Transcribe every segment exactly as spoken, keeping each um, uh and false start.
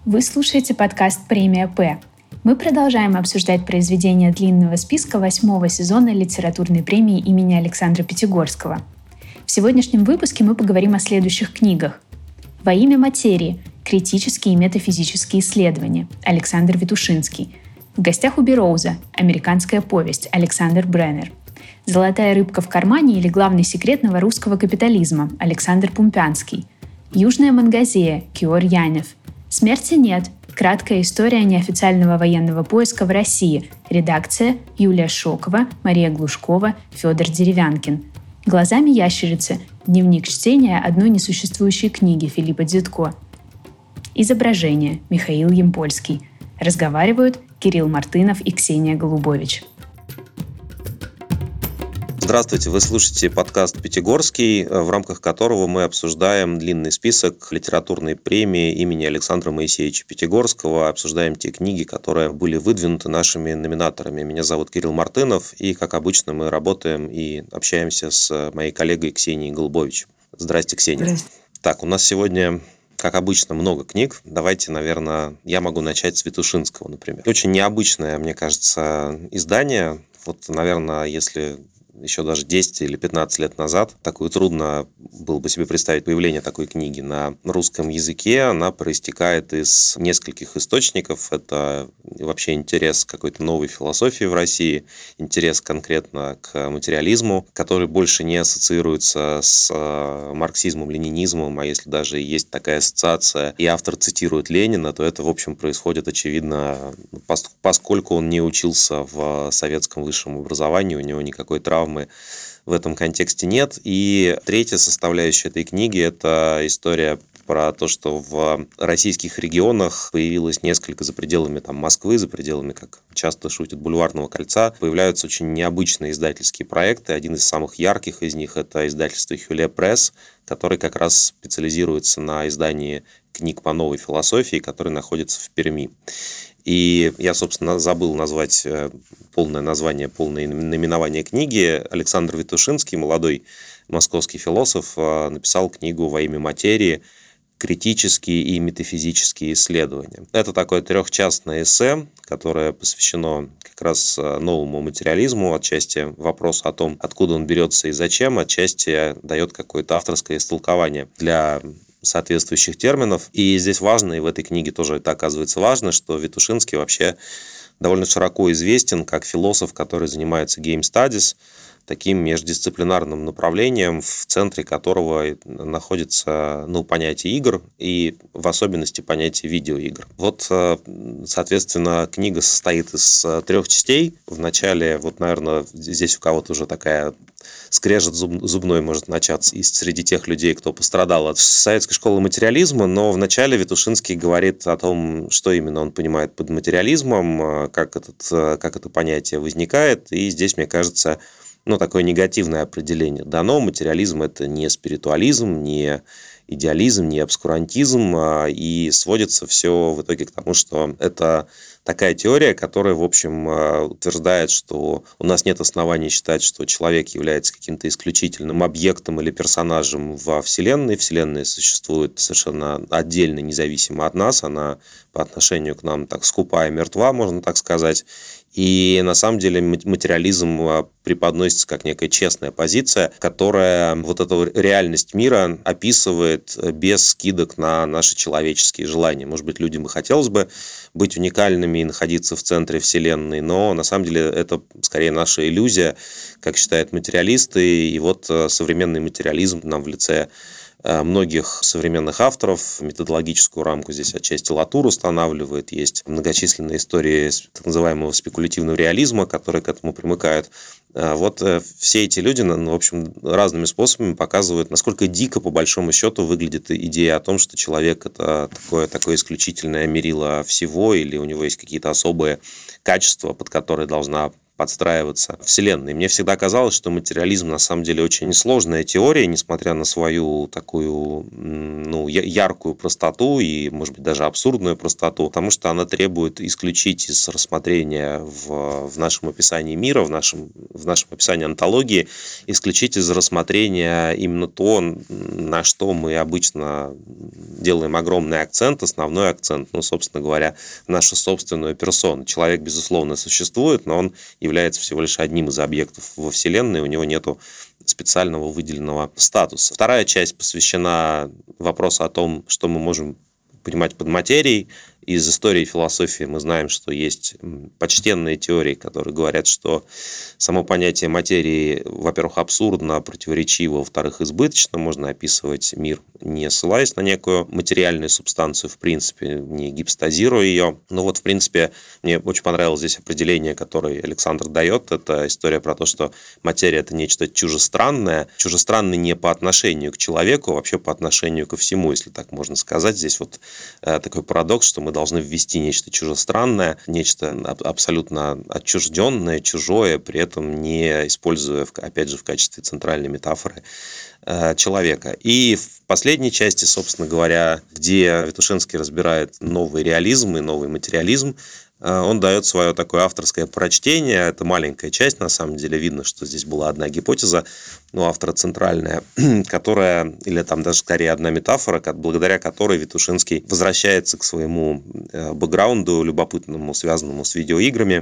Вы слушаете подкаст «Премия П». Мы продолжаем обсуждать произведения длинного списка восьмого сезона литературной премии имени Александра Пятигорского. В сегодняшнем выпуске мы поговорим о следующих книгах. «Во имя материи. Критические и метафизические исследования» Александр Витушинский. «В гостях у Бероуза. Американская повесть» Александр Бреннер. «Золотая рыбка в кармане» или «Главный секрет новорусского капитализма» Александр Пумпянский. «Южная Мангазея» Киор Янев. «Смерти нет. Краткая история неофициального военного поиска в России». Редакция Юлия Шокова, Мария Глушкова, Федор Деревянкин. «Глазами ящерицы. Дневник чтения одной несуществующей книги» Филиппа Дзюдко. Изображение Михаил Ямпольский. Разговаривают Кирилл Мартынов и Ксения Голубович. Здравствуйте, вы слушаете подкаст «Пятигорский», в рамках которого мы обсуждаем длинный список литературной премии имени Александра Моисеевича Пятигорского, обсуждаем те книги, которые были выдвинуты нашими номинаторами. Меня зовут Кирилл Мартынов, и, как обычно, мы работаем и общаемся с моей коллегой Ксенией Голубович. Здрасте, Ксения. Здрасте. Так, у нас сегодня, как обычно, много книг. Давайте, наверное, я могу начать с Витушинского, например. Очень необычное, мне кажется, издание. Вот, наверное, если еще даже десять или пятнадцать лет назад такое трудно было бы себе представить появление такой книги на русском языке. Она проистекает из нескольких источников. Это вообще интерес к какой-то новой философии в России, интерес конкретно к материализму, который больше не ассоциируется с марксизмом, ленинизмом, а если даже есть такая ассоциация, и автор цитирует Ленина, то это, в общем, происходит, очевидно, поскольку он не учился в советском высшем образовании, у него никакой травмы в этом контексте нет. И третья составляющая этой книги – это история про то, что в российских регионах появилось несколько за пределами там, Москвы, за пределами, как часто шутят, Бульварного кольца, появляются очень необычные издательские проекты. Один из самых ярких из них – это издательство «Хюле Пресс», который как раз специализируется на издании книг по новой философии, который находится в Перми. И я, собственно, забыл назвать полное название, полное наименование книги. Александр Витушинский, молодой московский философ, написал книгу «Во имя материи. Критические и метафизические исследования». Это такое трехчастное эссе, которое посвящено как раз новому материализму, отчасти вопрос о том, откуда он берется и зачем, отчасти дает какое-то авторское истолкование для соответствующих терминов. И здесь важно, и в этой книге тоже это оказывается важно, что Витушинский вообще довольно широко известен как философ, который занимается game studies, таким междисциплинарным направлением, в центре которого находится ну, понятие игр и в особенности понятие видеоигр. Вот, соответственно, книга состоит из трех частей. Вначале, вот, наверное, здесь у кого-то уже такая скрежет зуб, зубной может начаться и среди тех людей, кто пострадал от советской школы материализма, но вначале Витушинский говорит о том, что именно он понимает под материализмом, как, этот, как это понятие возникает, и здесь, мне кажется, ну, такое негативное определение дано. Материализм – это не спиритуализм, не идеализм, не обскурантизм, и сводится все в итоге к тому, что это такая теория, которая, в общем, утверждает, что у нас нет оснований считать, что человек является каким-то исключительным объектом или персонажем во Вселенной. Вселенная существует совершенно отдельно, независимо от нас. Она по отношению к нам так скупа и мертва, можно так сказать. И на самом деле материализм преподносится как некая честная позиция, которая вот эту реальность мира описывает без скидок на наши человеческие желания. Может быть, людям бы хотелось бы быть уникальными и находиться в центре Вселенной, но на самом деле это скорее наша иллюзия, как считают материалисты. И вот современный материализм нам в лице многих современных авторов методологическую рамку здесь отчасти Латур устанавливает. Есть многочисленные истории так называемого спекулятивного реализма, которые к этому примыкают. Вот все эти люди, в общем, разными способами показывают, насколько дико, по большому счету, выглядит идея о том, что человек – это такое, такое исключительное мерило всего, или у него есть какие-то особые качества, под которые должна подстраиваться Вселенной. Мне всегда казалось, что материализм на самом деле очень сложная теория, несмотря на свою такую ну, яркую простоту и, может быть, даже абсурдную простоту, потому что она требует исключить из рассмотрения в, в нашем описании мира, в нашем, в нашем описании онтологии, исключить из рассмотрения именно то, на что мы обычно делаем огромный акцент, основной акцент, ну, собственно говоря, нашу собственную персону. Человек, безусловно, существует, но он является всего лишь одним из объектов во Вселенной, у него нету специального выделенного статуса. Вторая часть посвящена вопросу о том, что мы можем понимать под материей. Из истории и философии мы знаем, что есть почтенные теории, которые говорят, что само понятие материи, во-первых, абсурдно, противоречиво, во-вторых, избыточно. Можно описывать мир, не ссылаясь на некую материальную субстанцию, в принципе, не гипостазируя ее. Но вот, в принципе, мне очень понравилось здесь определение, которое Александр дает. Это история про то, что материя – это нечто чужестранное. Чужестранное не по отношению к человеку, а вообще по отношению ко всему, если так можно сказать. Здесь вот такой парадокс, что мы должны ввести нечто чужестранное, нечто абсолютно отчужденное, чужое, при этом не используя, опять же, в качестве центральной метафоры человека. И в последней части, собственно говоря, где Витушинский разбирает новый реализм и новый материализм, он дает свое такое авторское прочтение. Это маленькая часть, на самом деле. Видно, что здесь была одна гипотеза, ну, автора центральная, которая, или там даже скорее одна метафора, благодаря которой Витушинский возвращается к своему бэкграунду любопытному, связанному с видеоиграми,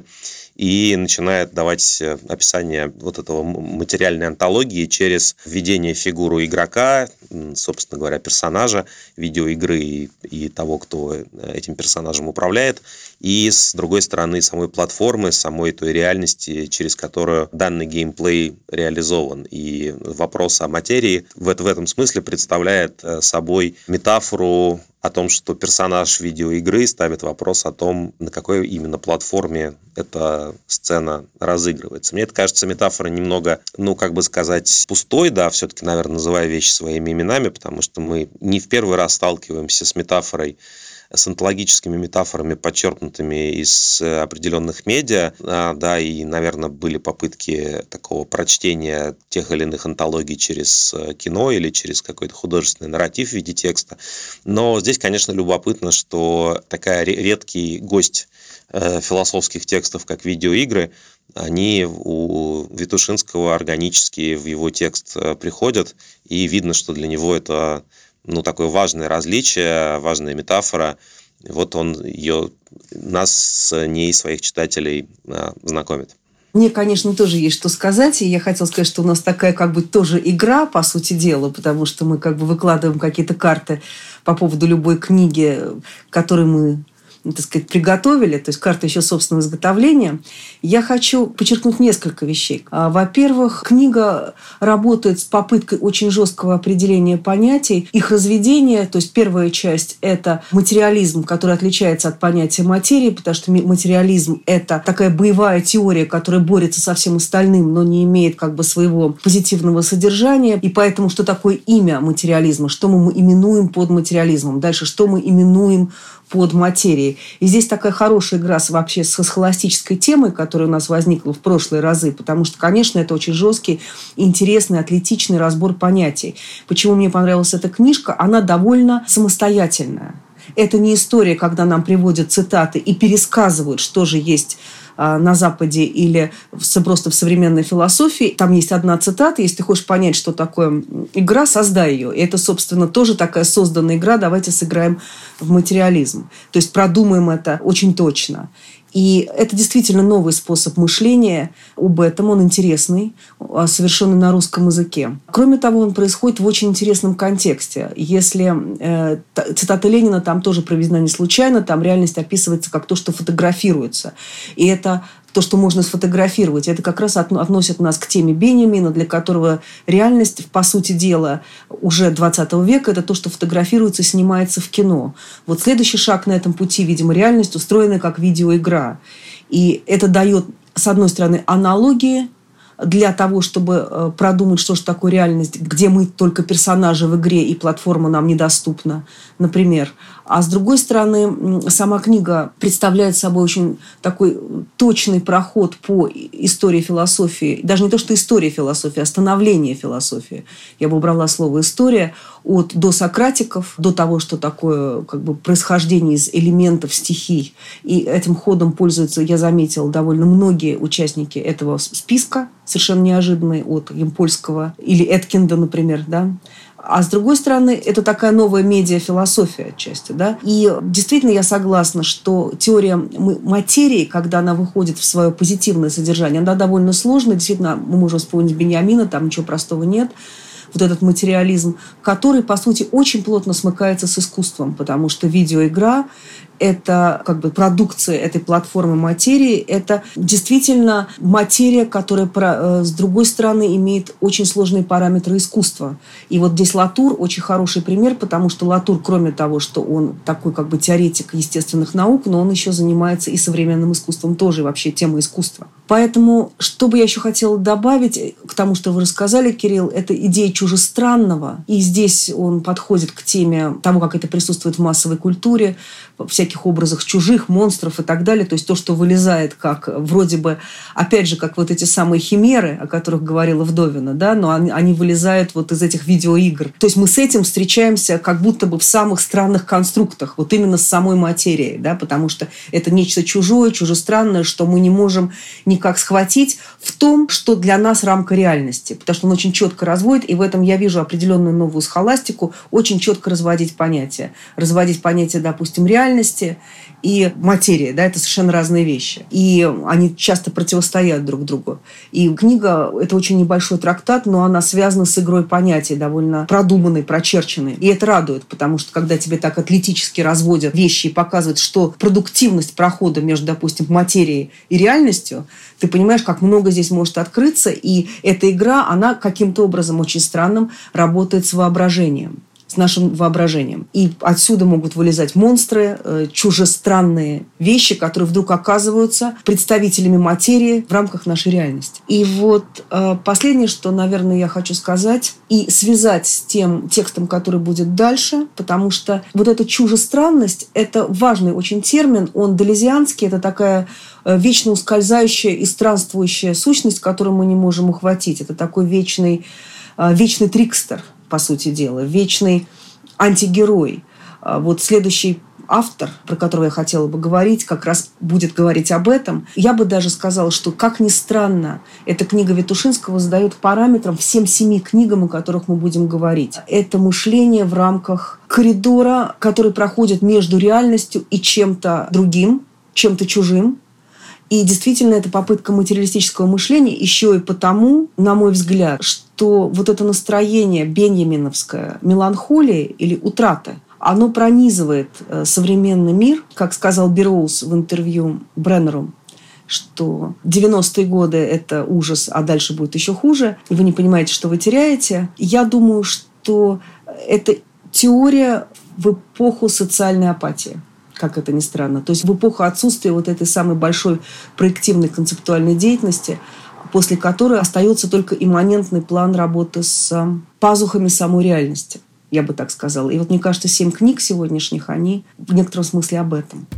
и начинает давать описание вот этого материальной онтологии через введение фигуру игрока, собственно говоря, персонажа видеоигры и, и того, кто этим персонажем управляет, и с другой стороны самой платформы, самой той реальности, через которую данный геймплей реализован. И вопрос о материи в, в этом смысле представляет собой метафору о том, что персонаж видеоигры ставит вопрос о том, на какой именно платформе эта сцена разыгрывается. Мне это кажется метафорой немного, ну, как бы сказать, пустой, да, все-таки, наверное, называя вещи своими именами, потому что мы не в первый раз сталкиваемся с метафорой, с онтологическими метафорами, подчеркнутыми из определенных медиа, да, и, наверное, были попытки такого прочтения тех или иных онтологий через кино или через какой-то художественный нарратив в виде текста. Но здесь, конечно, любопытно, что такая редкий гость философских текстов, как видеоигры, они у Витушинского органически в его текст приходят, и видно, что для него это ну, такое важное различие, важная метафора. Вот он ее, нас с ней, своих читателей, знакомит. Мне, конечно, тоже есть что сказать, и я хотела сказать, что у нас такая как бы тоже игра, по сути дела, потому что мы как бы выкладываем какие-то карты по поводу любой книги, которую мы, так сказать, приготовили, то есть карта еще собственного изготовления. Я хочу подчеркнуть несколько вещей. Во-первых, книга работает с попыткой очень жесткого определения понятий, их разведения. То есть первая часть – это материализм, который отличается от понятия материи, потому что материализм – это такая боевая теория, которая борется со всем остальным, но не имеет как бы своего позитивного содержания. И поэтому что такое имя материализма, что мы именуем под материализмом, дальше что мы именуем под материей. И здесь такая хорошая игра вообще со схоластической темой, которая у нас возникла в прошлые разы, потому что, конечно, это очень жесткий, интересный, атлетичный разбор понятий. Почему мне понравилась эта книжка? Она довольно самостоятельная. Это не история, когда нам приводят цитаты и пересказывают, что же есть на Западе или просто в современной философии. Там есть одна цитата. Если ты хочешь понять, что такое игра, создай ее. И это, собственно, тоже такая созданная игра. Давайте сыграем в материализм. То есть продумаем это очень точно. И это действительно новый способ мышления об этом. Он интересный, совершенный на русском языке. Кроме того, он происходит в очень интересном контексте. Если э, цитата Ленина там тоже проведена не случайно, там реальность описывается как то, что фотографируется. И это то, что можно сфотографировать. Это как раз относит нас к теме Бенjamина, для которого реальность, по сути дела, уже двадцатого века – это то, что фотографируется и снимается в кино. Вот следующий шаг на этом пути, видимо, реальность устроена как видеоигра. И это дает, с одной стороны, аналогии, для того, чтобы продумать, что же такое реальность, где мы только персонажи в игре, и платформа нам недоступна, например. А с другой стороны, сама книга представляет собой очень такой точный проход по истории философии. Даже не то, что история философии, а становление философии. Я бы убрала слово «история» от досократиков, до того, что такое как бы происхождение из элементов стихий. И этим ходом пользуются, я заметила, довольно многие участники этого списка, совершенно неожиданные, от Ямпольского или Эткинда, например, да. А с другой стороны, это такая новая медиафилософия отчасти. Да? И действительно я согласна, что теория материи, когда она выходит в свое позитивное содержание, она довольно сложная. Действительно, мы можем вспомнить Беньямина, там ничего простого нет. Вот этот материализм, который, по сути, очень плотно смыкается с искусством, потому что видеоигра – это как бы продукция этой платформы материи, это действительно материя, которая, с другой стороны, имеет очень сложные параметры искусства. И вот здесь Латур очень хороший пример, потому что Латур, кроме того, что он такой как бы теоретик естественных наук, но он еще занимается и современным искусством тоже, и вообще темой искусства. Поэтому, что бы я еще хотела добавить к тому, что вы рассказали, Кирилл, это идея чужестранного. И здесь он подходит к теме того, как это присутствует в массовой культуре, всяких образах чужих, монстров и так далее. То есть то, что вылезает как вроде бы, опять же, как вот эти самые химеры, о которых говорила Вдовина, да, но они, они вылезают вот из этих видеоигр. То есть мы с этим встречаемся как будто бы в самых странных конструктах, вот именно с самой материей, да, потому что это нечто чужое, чужестранное, что мы не можем никак схватить в том, что для нас рамка реальности. Потому что он очень четко разводит, и в этом я вижу определенную новую схоластику, очень четко разводить понятия. Разводить понятия, допустим, реальности и материи, да, это совершенно разные вещи. И они часто противостоят друг другу. И книга – это очень небольшой трактат, но она связана с игрой понятий, довольно продуманной, прочерченной. И это радует, потому что когда тебе так атлетически разводят вещи и показывают, что продуктивность прохода между, допустим, материей и реальностью, ты понимаешь, как много здесь может открыться. И эта игра, она каким-то образом очень странным работает с воображением. С нашим воображением. И отсюда могут вылезать монстры, э, чужестранные вещи, которые вдруг оказываются представителями материи в рамках нашей реальности. И вот э, последнее, что, наверное, я хочу сказать и связать с тем текстом, который будет дальше, потому что вот эта чужестранность – это важный очень термин, он делезианский, это такая э, вечно ускользающая и странствующая сущность, которую мы не можем ухватить. Это такой вечный, э, вечный трикстер, по сути дела, вечный антигерой. Вот следующий автор, про которого я хотела бы говорить, как раз будет говорить об этом. Я бы даже сказала, что, как ни странно, эта книга Витушинского задает параметрам всем семи книгам, о которых мы будем говорить. Это мышление в рамках коридора, который проходит между реальностью и чем-то другим, чем-то чужим. И действительно, это попытка материалистического мышления еще и потому, на мой взгляд, что вот это настроение беньяминовское, меланхолия или утраты, оно пронизывает современный мир. Как сказал Берроуз в интервью Бреннеру, что девяностые годы – это ужас, а дальше будет еще хуже, и вы не понимаете, что вы теряете. Я думаю, что это теория в эпоху социальной апатии. Как это ни странно. То есть в эпоху отсутствия вот этой самой большой проективной концептуальной деятельности, после которой остается только имманентный план работы с пазухами самой реальности, я бы так сказала. И вот мне кажется, семь книг сегодняшних, они в некотором смысле об этом.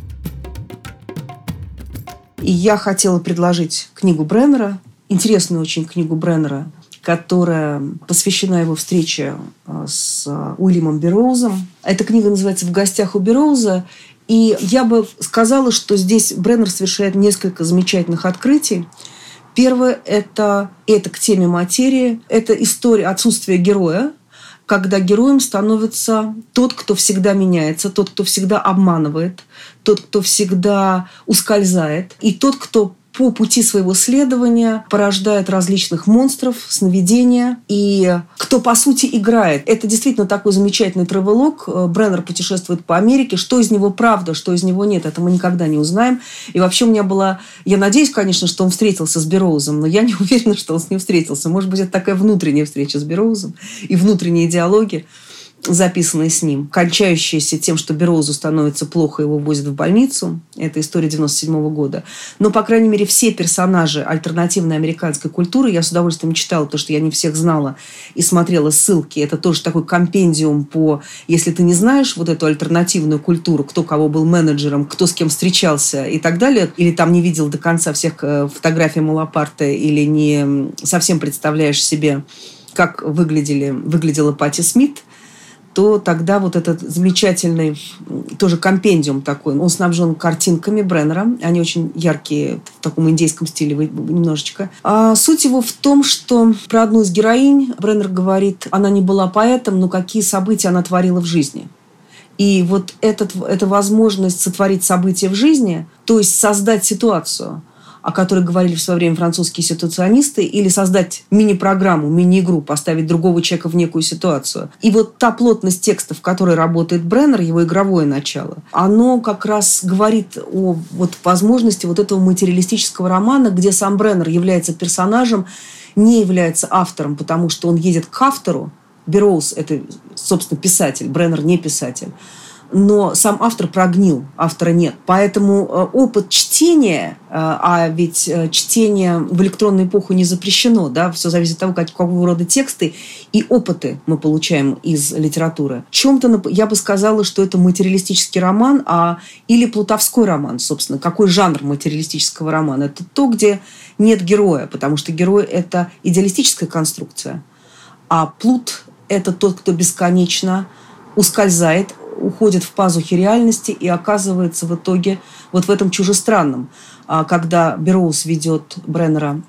И я хотела предложить книгу Бреннера, интересную очень книгу Бреннера, которая посвящена его встрече с Уильямом Берроузом. Эта книга называется «В гостях у Берроуза». И я бы сказала, что здесь Бреннер совершает несколько замечательных открытий. Первое – это, это к теме материи. Это история отсутствия героя, когда героем становится тот, кто всегда меняется, тот, кто всегда обманывает, тот, кто всегда ускользает, и тот, кто по пути своего следования порождает различных монстров, сновидения, и кто, по сути, играет. Это действительно такой замечательный травелог. Бреннер путешествует по Америке. Что из него правда, что из него нет, это мы никогда не узнаем. И вообще у меня была... Я надеюсь, конечно, что он встретился с Берроузом, но я не уверена, что он с ним встретился. Может быть, это такая внутренняя встреча с Берроузом и внутренние диалоги. записанные с ним, кончающиеся тем, что Берроузу становится плохо, его возят в больницу. Это история девяносто седьмого года. Но, по крайней мере, все персонажи альтернативной американской культуры, я с удовольствием читала, потому что я не всех знала и смотрела ссылки. Это тоже такой компендиум по... Если ты не знаешь вот эту альтернативную культуру, кто кого был менеджером, кто с кем встречался и так далее, или там не видел до конца всех фотографий Малапарте, или не совсем представляешь себе, как выглядели, выглядела Патти Смит, то тогда вот этот замечательный тоже компендиум такой, он снабжен картинками Бреннера, они очень яркие, в таком индейском стиле немножечко. А суть его в том, что про одну из героинь Бреннер говорит, она не была поэтом, но какие события она творила в жизни. И вот этот, эта возможность сотворить события в жизни, то есть создать ситуацию, о которой говорили в свое время французские ситуационисты, или создать мини-программу, мини-игру, поставить другого человека в некую ситуацию. И вот та плотность текста, в которой работает Бреннер, его игровое начало, оно как раз говорит о вот возможности вот этого материалистического романа, где сам Бреннер является персонажем, не является автором, потому что он едет к автору. Берроуз – это, собственно, писатель, Бреннер не писатель. Но сам автор прогнил, автора нет. Поэтому опыт чтения, а ведь чтение в электронную эпоху не запрещено, да, все зависит от того, какого рода тексты и опыты мы получаем из литературы. В чем-то я бы сказала, что это материалистический роман, а, или плутовской роман, собственно. Какой жанр материалистического романа? Это то, где нет героя, потому что герой – это идеалистическая конструкция, а плут – это тот, кто бесконечно ускользает, уходит в пазухи реальности и оказывается в итоге вот в этом чужестранном. Когда Берроуз ведет Бреннера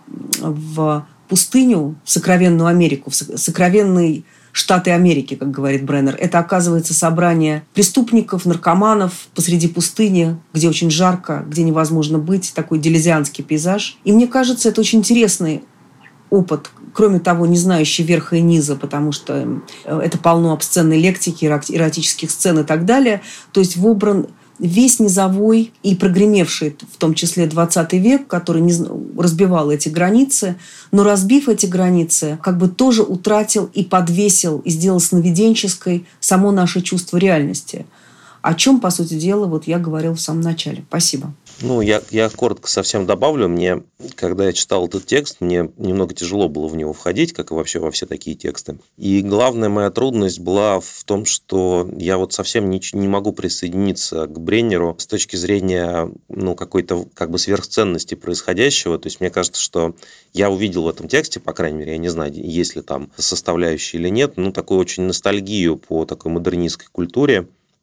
в пустыню, в сокровенную Америку, в сокровенные Штаты Америки, как говорит Бреннер, это оказывается собрание преступников, наркоманов посреди пустыни, где очень жарко, где невозможно быть, такой делезианский пейзаж. И мне кажется, это очень интересный опыт, кроме того, не знающий верха и низа, потому что это полно обсценной лектики, эротических сцен и так далее. То есть вобран весь низовой и прогремевший, в том числе двадцатый век, который не разбивал эти границы, но разбив эти границы, как бы тоже утратил и подвесил, и сделал сновиденческой само наше чувство реальности. О чем, по сути дела, вот я говорил в самом начале. Спасибо. Ну, я, я коротко совсем добавлю. Мне, когда я читал этот текст, мне немного тяжело было в него входить, как и вообще во все такие тексты. И главная моя трудность была в том, что я вот совсем не, не могу присоединиться к Бреннеру с точки зрения ну, какой-то как бы сверхценности происходящего. То есть мне кажется, что я увидел в этом тексте, по крайней мере, я не знаю, есть ли там составляющие или нет, ну, такую очень ностальгию по такой модернистской культуре,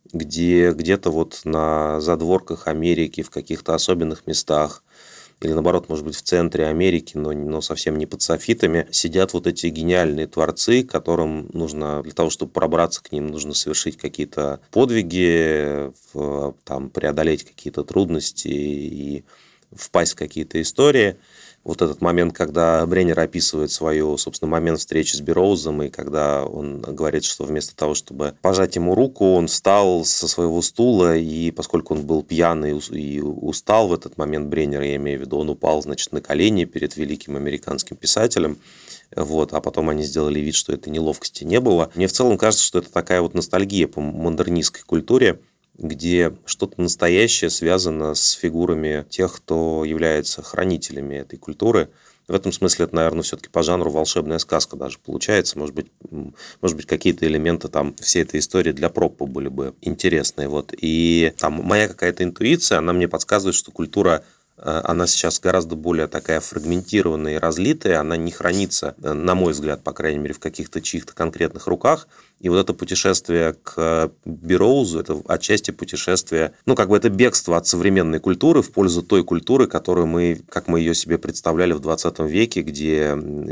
где где-то вот на задворках Америки, в каких-то особенных местах, или наоборот, может быть, в центре Америки, но, но совсем не под софитами, сидят вот эти гениальные творцы, которым нужно, для того, чтобы пробраться к ним, нужно совершить какие-то подвиги, там, преодолеть какие-то трудности и впасть в какие-то истории. Вот этот момент, когда Бреннер описывает свою, собственно, момент встречи с Берроузом, и когда он говорит, что вместо того, чтобы пожать ему руку, он встал со своего стула, и поскольку он был пьяный и устал в этот момент, Бреннер, я имею в виду, он упал, значит, на колени перед великим американским писателем, вот, а потом они сделали вид, что этой неловкости не было. Мне в целом кажется, что это такая вот ностальгия по модернистской культуре, где что-то настоящее связано с фигурами тех, кто является хранителями этой культуры. В этом смысле это, наверное, все-таки по жанру волшебная сказка даже получается. Может быть, может быть какие-то элементы там всей этой истории для пропа были бы интересные. Вот. И там моя какая-то интуиция, она мне подсказывает, что культура, она сейчас гораздо более такая фрагментированная и разлитая, она не хранится, на мой взгляд, по крайней мере, в каких-то чьих-то конкретных руках. И вот это путешествие к Берроузу, это отчасти путешествие, ну, как бы это бегство от современной культуры в пользу той культуры, которую мы, как мы ее себе представляли в двадцатом веке, где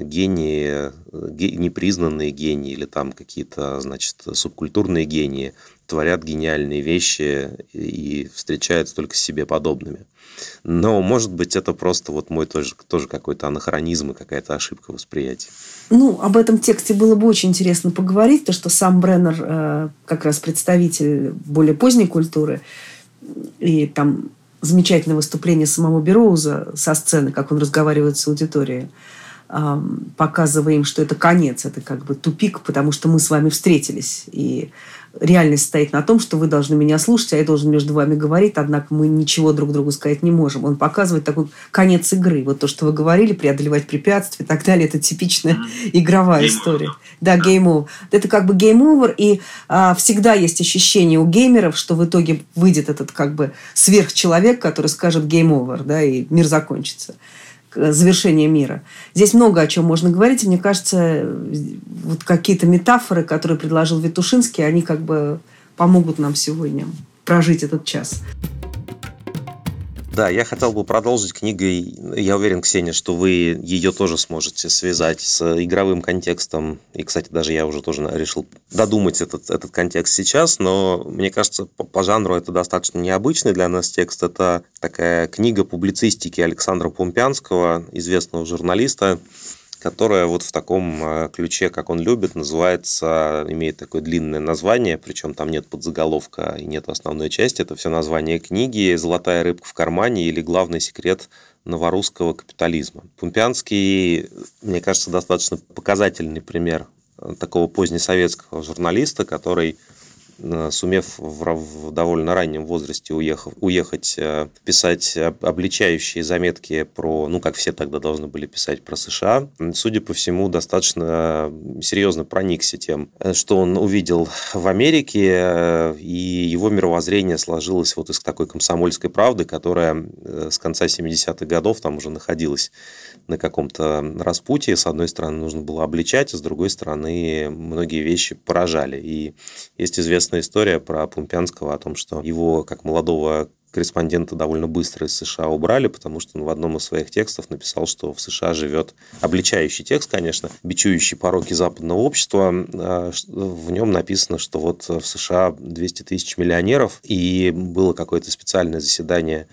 гении, непризнанные гении или там какие-то, значит, субкультурные гении творят гениальные вещи и встречаются только с себе подобными. Но, может быть, это просто вот мой тоже, тоже какой-то анахронизм и какая-то ошибка восприятия. Ну, об этом тексте было бы очень интересно поговорить, потому что сам Бреннер э, как раз представитель более поздней культуры, и там замечательное выступление самого Берроуза со сцены, как он разговаривает с аудиторией. показывая им, что это конец, это как бы тупик, потому что мы с вами встретились. И реальность стоит на том, что вы должны меня слушать, а я должен между вами говорить, однако мы ничего друг другу сказать не можем. Он показывает такой конец игры. Вот то, что вы говорили, преодолевать препятствия и так далее, это типичная игровая game история. Over. Да, game over. Это как бы game over, и а, всегда есть ощущение у геймеров, что в итоге выйдет этот как бы сверхчеловек, который скажет game over, да, и мир закончится. Завершение мира. Здесь много о чем можно говорить. И мне кажется, вот какие-то метафоры, которые предложил Витушинский, они как бы помогут нам сегодня прожить этот час. Да, я хотел бы продолжить книгой. Я уверен, Ксения, что вы ее тоже сможете связать с игровым контекстом. И, кстати, даже я уже тоже решил додумать этот, этот контекст сейчас. Но мне кажется, по, по жанру это достаточно необычный для нас текст. Это такая книга публицистики Александра Пумпянского, известного журналиста, которая вот в таком ключе, как он любит, называется, имеет такое длинное название, причем там нет подзаголовка и нет основной части. Это все название книги «Золотая рыбка в кармане» или «Главный секрет новорусского капитализма». Пумпянский, мне кажется, достаточно показательный пример такого позднесоветского журналиста, который, сумев в довольно раннем возрасте уехав, уехать, писать обличающие заметки про, ну, как все тогда должны были писать про США, судя по всему, достаточно серьезно проникся тем, что он увидел в Америке, и его мировоззрение сложилось вот из такой комсомольской правды, которая с конца семидесятых годов там уже находилась на каком-то распутье. С одной стороны, нужно было обличать, а с другой стороны, многие вещи поражали. И есть известная история про Пумпянского о том, что его, как молодого корреспондента, довольно быстро из США убрали, потому что он в одном из своих текстов написал, что в США живет, обличающий текст, конечно, бичующий пороки западного общества. В нем написано, что вот в США двести тысяч миллионеров, и было какое-то специальное заседание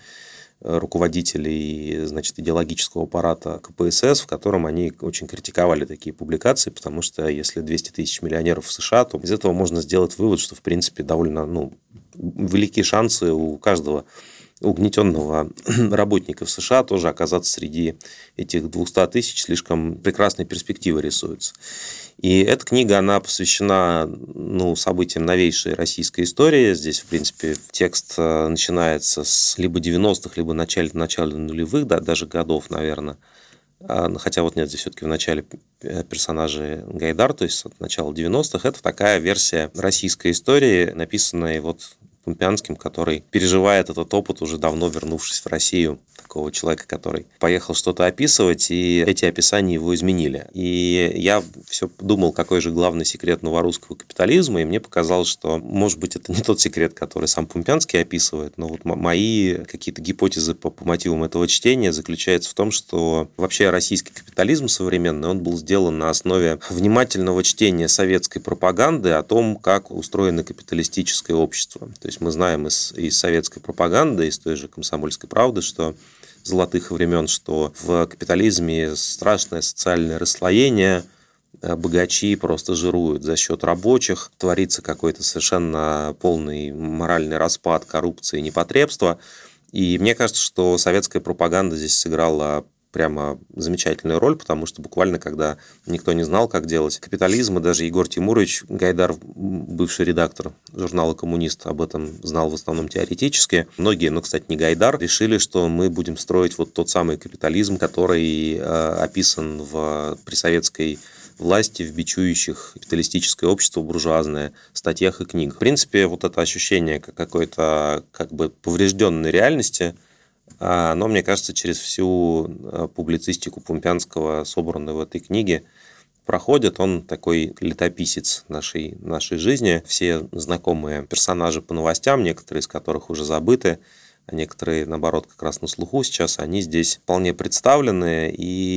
руководителей, значит, идеологического аппарата ка пэ эс эс, в котором они очень критиковали такие публикации, потому что если двести тысяч миллионеров в США, то из этого можно сделать вывод, что, в принципе, довольно, ну, велики шансы у каждого угнетенного работника в США тоже оказаться среди этих двухсот тысяч. Слишком прекрасные перспективы рисуются. И эта книга, она посвящена, ну, событиям новейшей российской истории. Здесь, в принципе, текст начинается с либо девяностых, либо начале, начале нулевых, да, даже годов, наверное. Хотя вот нет, здесь все-таки в начале персонажи Гайдар, то есть от начала девяностых. Это такая версия российской истории, написанная вот Пумпянским, который переживает этот опыт, уже давно вернувшись в Россию. Такого человека, который поехал что-то описывать, и эти описания его изменили. И я все думал, какой же главный секрет новорусского капитализма, и мне показалось, что, может быть, это не тот секрет, который сам Пумпянский описывает, но вот мои какие-то гипотезы по, по мотивам этого чтения заключаются в том, что вообще российский капитализм современный, он был сделан на основе внимательного чтения советской пропаганды о том, как устроено капиталистическое общество. То есть мы знаем из, из советской пропаганды, из той же «Комсомольской правды», что золотых времен, что в капитализме страшное социальное расслоение, богачи просто жируют за счет рабочих, творится какой-то совершенно полный моральный распад, коррупция и непотребство. И мне кажется, что советская пропаганда здесь сыграла прямо замечательную роль, потому что буквально, когда никто не знал, как делать капитализм, и даже Егор Тимурович Гайдар, бывший редактор журнала «Коммунист», об этом знал в основном теоретически. Многие, ну, кстати, не Гайдар, решили, что мы будем строить вот тот самый капитализм, который э, описан в, при советской власти, в бичующих капиталистическое общество буржуазное статьях и книгах. В принципе, вот это ощущение какой-то как бы поврежденной реальности, но, мне кажется, через всю публицистику Пумпянского, собранную в этой книге, проходит. Он такой летописец нашей, нашей жизни. Все знакомые персонажи по новостям, некоторые из которых уже забыты, а некоторые, наоборот, как раз на слуху сейчас, они здесь вполне представлены.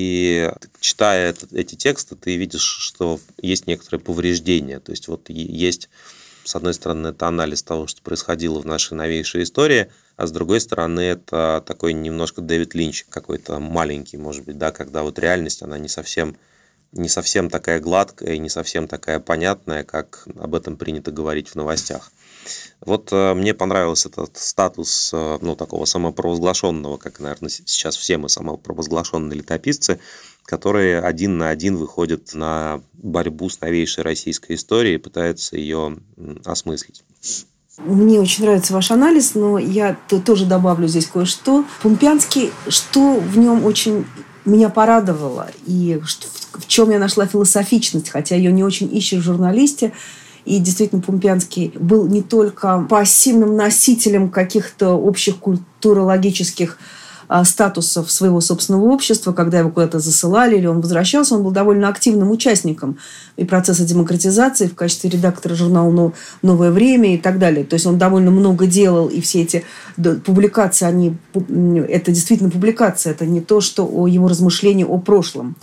И читая эти тексты, ты видишь, что есть некоторые повреждения. То есть вот есть, с одной стороны, это анализ того, что происходило в нашей новейшей истории, а с другой стороны, это такой немножко Дэвид Линч, какой-то маленький, может быть, да, когда вот реальность, она не совсем, не совсем такая гладкая и не совсем такая понятная, как об этом принято говорить в новостях. Вот э, мне понравился этот статус э, ну, такого самопровозглашенного, как, наверное, сейчас все мы самопровозглашенные летописцы, которые один на один выходят на борьбу с новейшей российской историей и пытаются ее осмыслить. Мне очень нравится ваш анализ, но я тоже добавлю здесь кое-что. Пумпянский, что в нем очень меня порадовало, и в чем я нашла философичность, хотя ее не очень ищешь в журналисте. И действительно, Пумпянский был не только пассивным носителем каких-то общих культурологических статусов своего собственного общества, когда его куда-то засылали или он возвращался, он был довольно активным участником и процесса демократизации в качестве редактора журнала «Новое время» и так далее. То есть он довольно много делал, и все эти публикации, они, это действительно публикация, это не то, что о его размышлении о прошлом.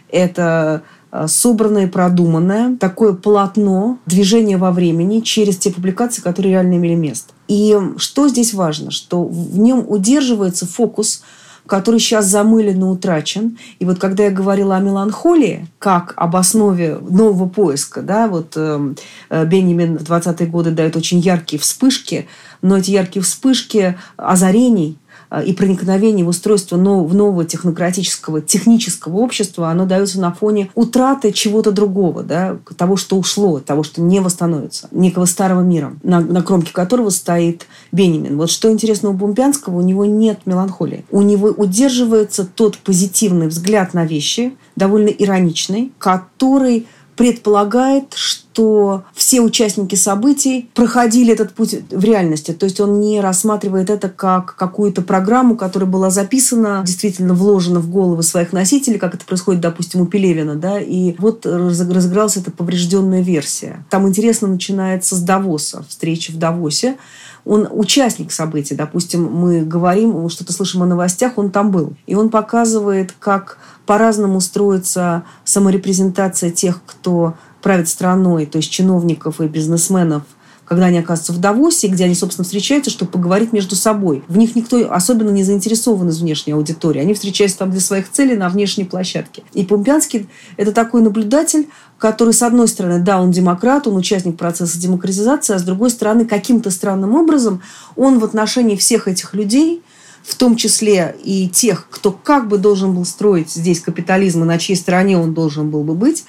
Это собранное, продуманное, такое полотно движения во времени через те публикации, которые реально имели место. И что здесь важно? Что в нем удерживается фокус, который сейчас замылен и утрачен. И вот когда я говорила о меланхолии, как об основе нового поиска, да, вот э, Бенjamin в двадцатые годы дает очень яркие вспышки, но эти яркие вспышки озарений и проникновение в устройство нового технократического, технического общества, оно дается на фоне утраты чего-то другого, да, того, что ушло, того, что не восстановится, некого старого мира, на, на кромке которого стоит Бенjamin. Вот что интересно у Пумпянского, у него нет меланхолии. У него удерживается тот позитивный взгляд на вещи, довольно ироничный, который предполагает, что все участники событий проходили этот путь в реальности. То есть он не рассматривает это как какую-то программу, которая была записана, действительно вложена в головы своих носителей, как это происходит, допустим, у Пелевина. Да? И вот разыгралась эта поврежденная версия. Там интересно начинается с Давоса, встречи в Давосе. Он участник событий. Допустим, мы говорим, что-то слышим о новостях, он там был. И он показывает, как по-разному строится саморепрезентация тех, кто правит страной, то есть чиновников и бизнесменов, когда они оказываются в Давосе, где они, собственно, встречаются, чтобы поговорить между собой. В них никто особенно не заинтересован из внешней аудитории. Они встречаются там для своих целей на внешней площадке. И Пумпянский – это такой наблюдатель, который, с одной стороны, да, он демократ, он участник процесса демократизации, а с другой стороны, каким-то странным образом он в отношении всех этих людей, в том числе и тех, кто как бы должен был строить здесь капитализм, и на чьей стороне он должен был бы быть,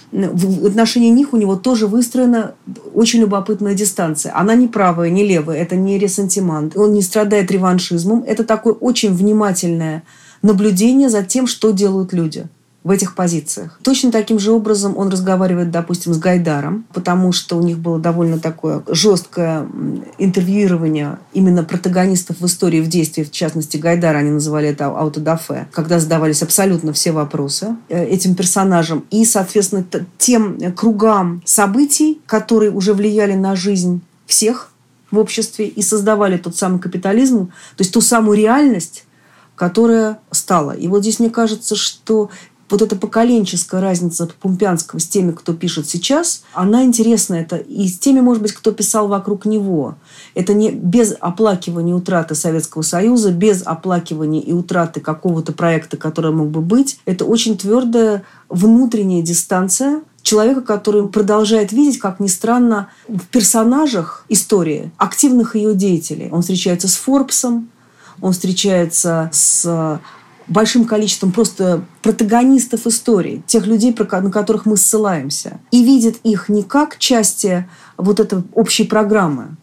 в отношении них у него тоже выстроена очень любопытная дистанция. Она не правая, не левая, это не ресентимент. Он не страдает реваншизмом. Это такое очень внимательное наблюдение за тем, что делают люди в этих позициях. Точно таким же образом он разговаривает, допустим, с Гайдаром, потому что у них было довольно такое жесткое интервьюирование именно протагонистов в истории, в действии, в частности, Гайдара, они называли это аутодафе, когда задавались абсолютно все вопросы этим персонажам и, соответственно, тем кругам событий, которые уже влияли на жизнь всех в обществе и создавали тот самый капитализм, то есть ту самую реальность, которая стала. И вот здесь мне кажется, что вот эта поколенческая разница Пумпянского с теми, кто пишет сейчас, она интересна. Это и с теми, может быть, кто писал вокруг него. Это не без оплакивания утраты Советского Союза, без оплакивания и утраты какого-то проекта, который мог бы быть. Это очень твердая внутренняя дистанция человека, который продолжает видеть, как ни странно, в персонажах истории активных ее деятелей. Он встречается с Форбсом, он встречается с большим количеством просто протагонистов истории, тех людей, на которых мы ссылаемся, и видит их не как части вот этой общей программы,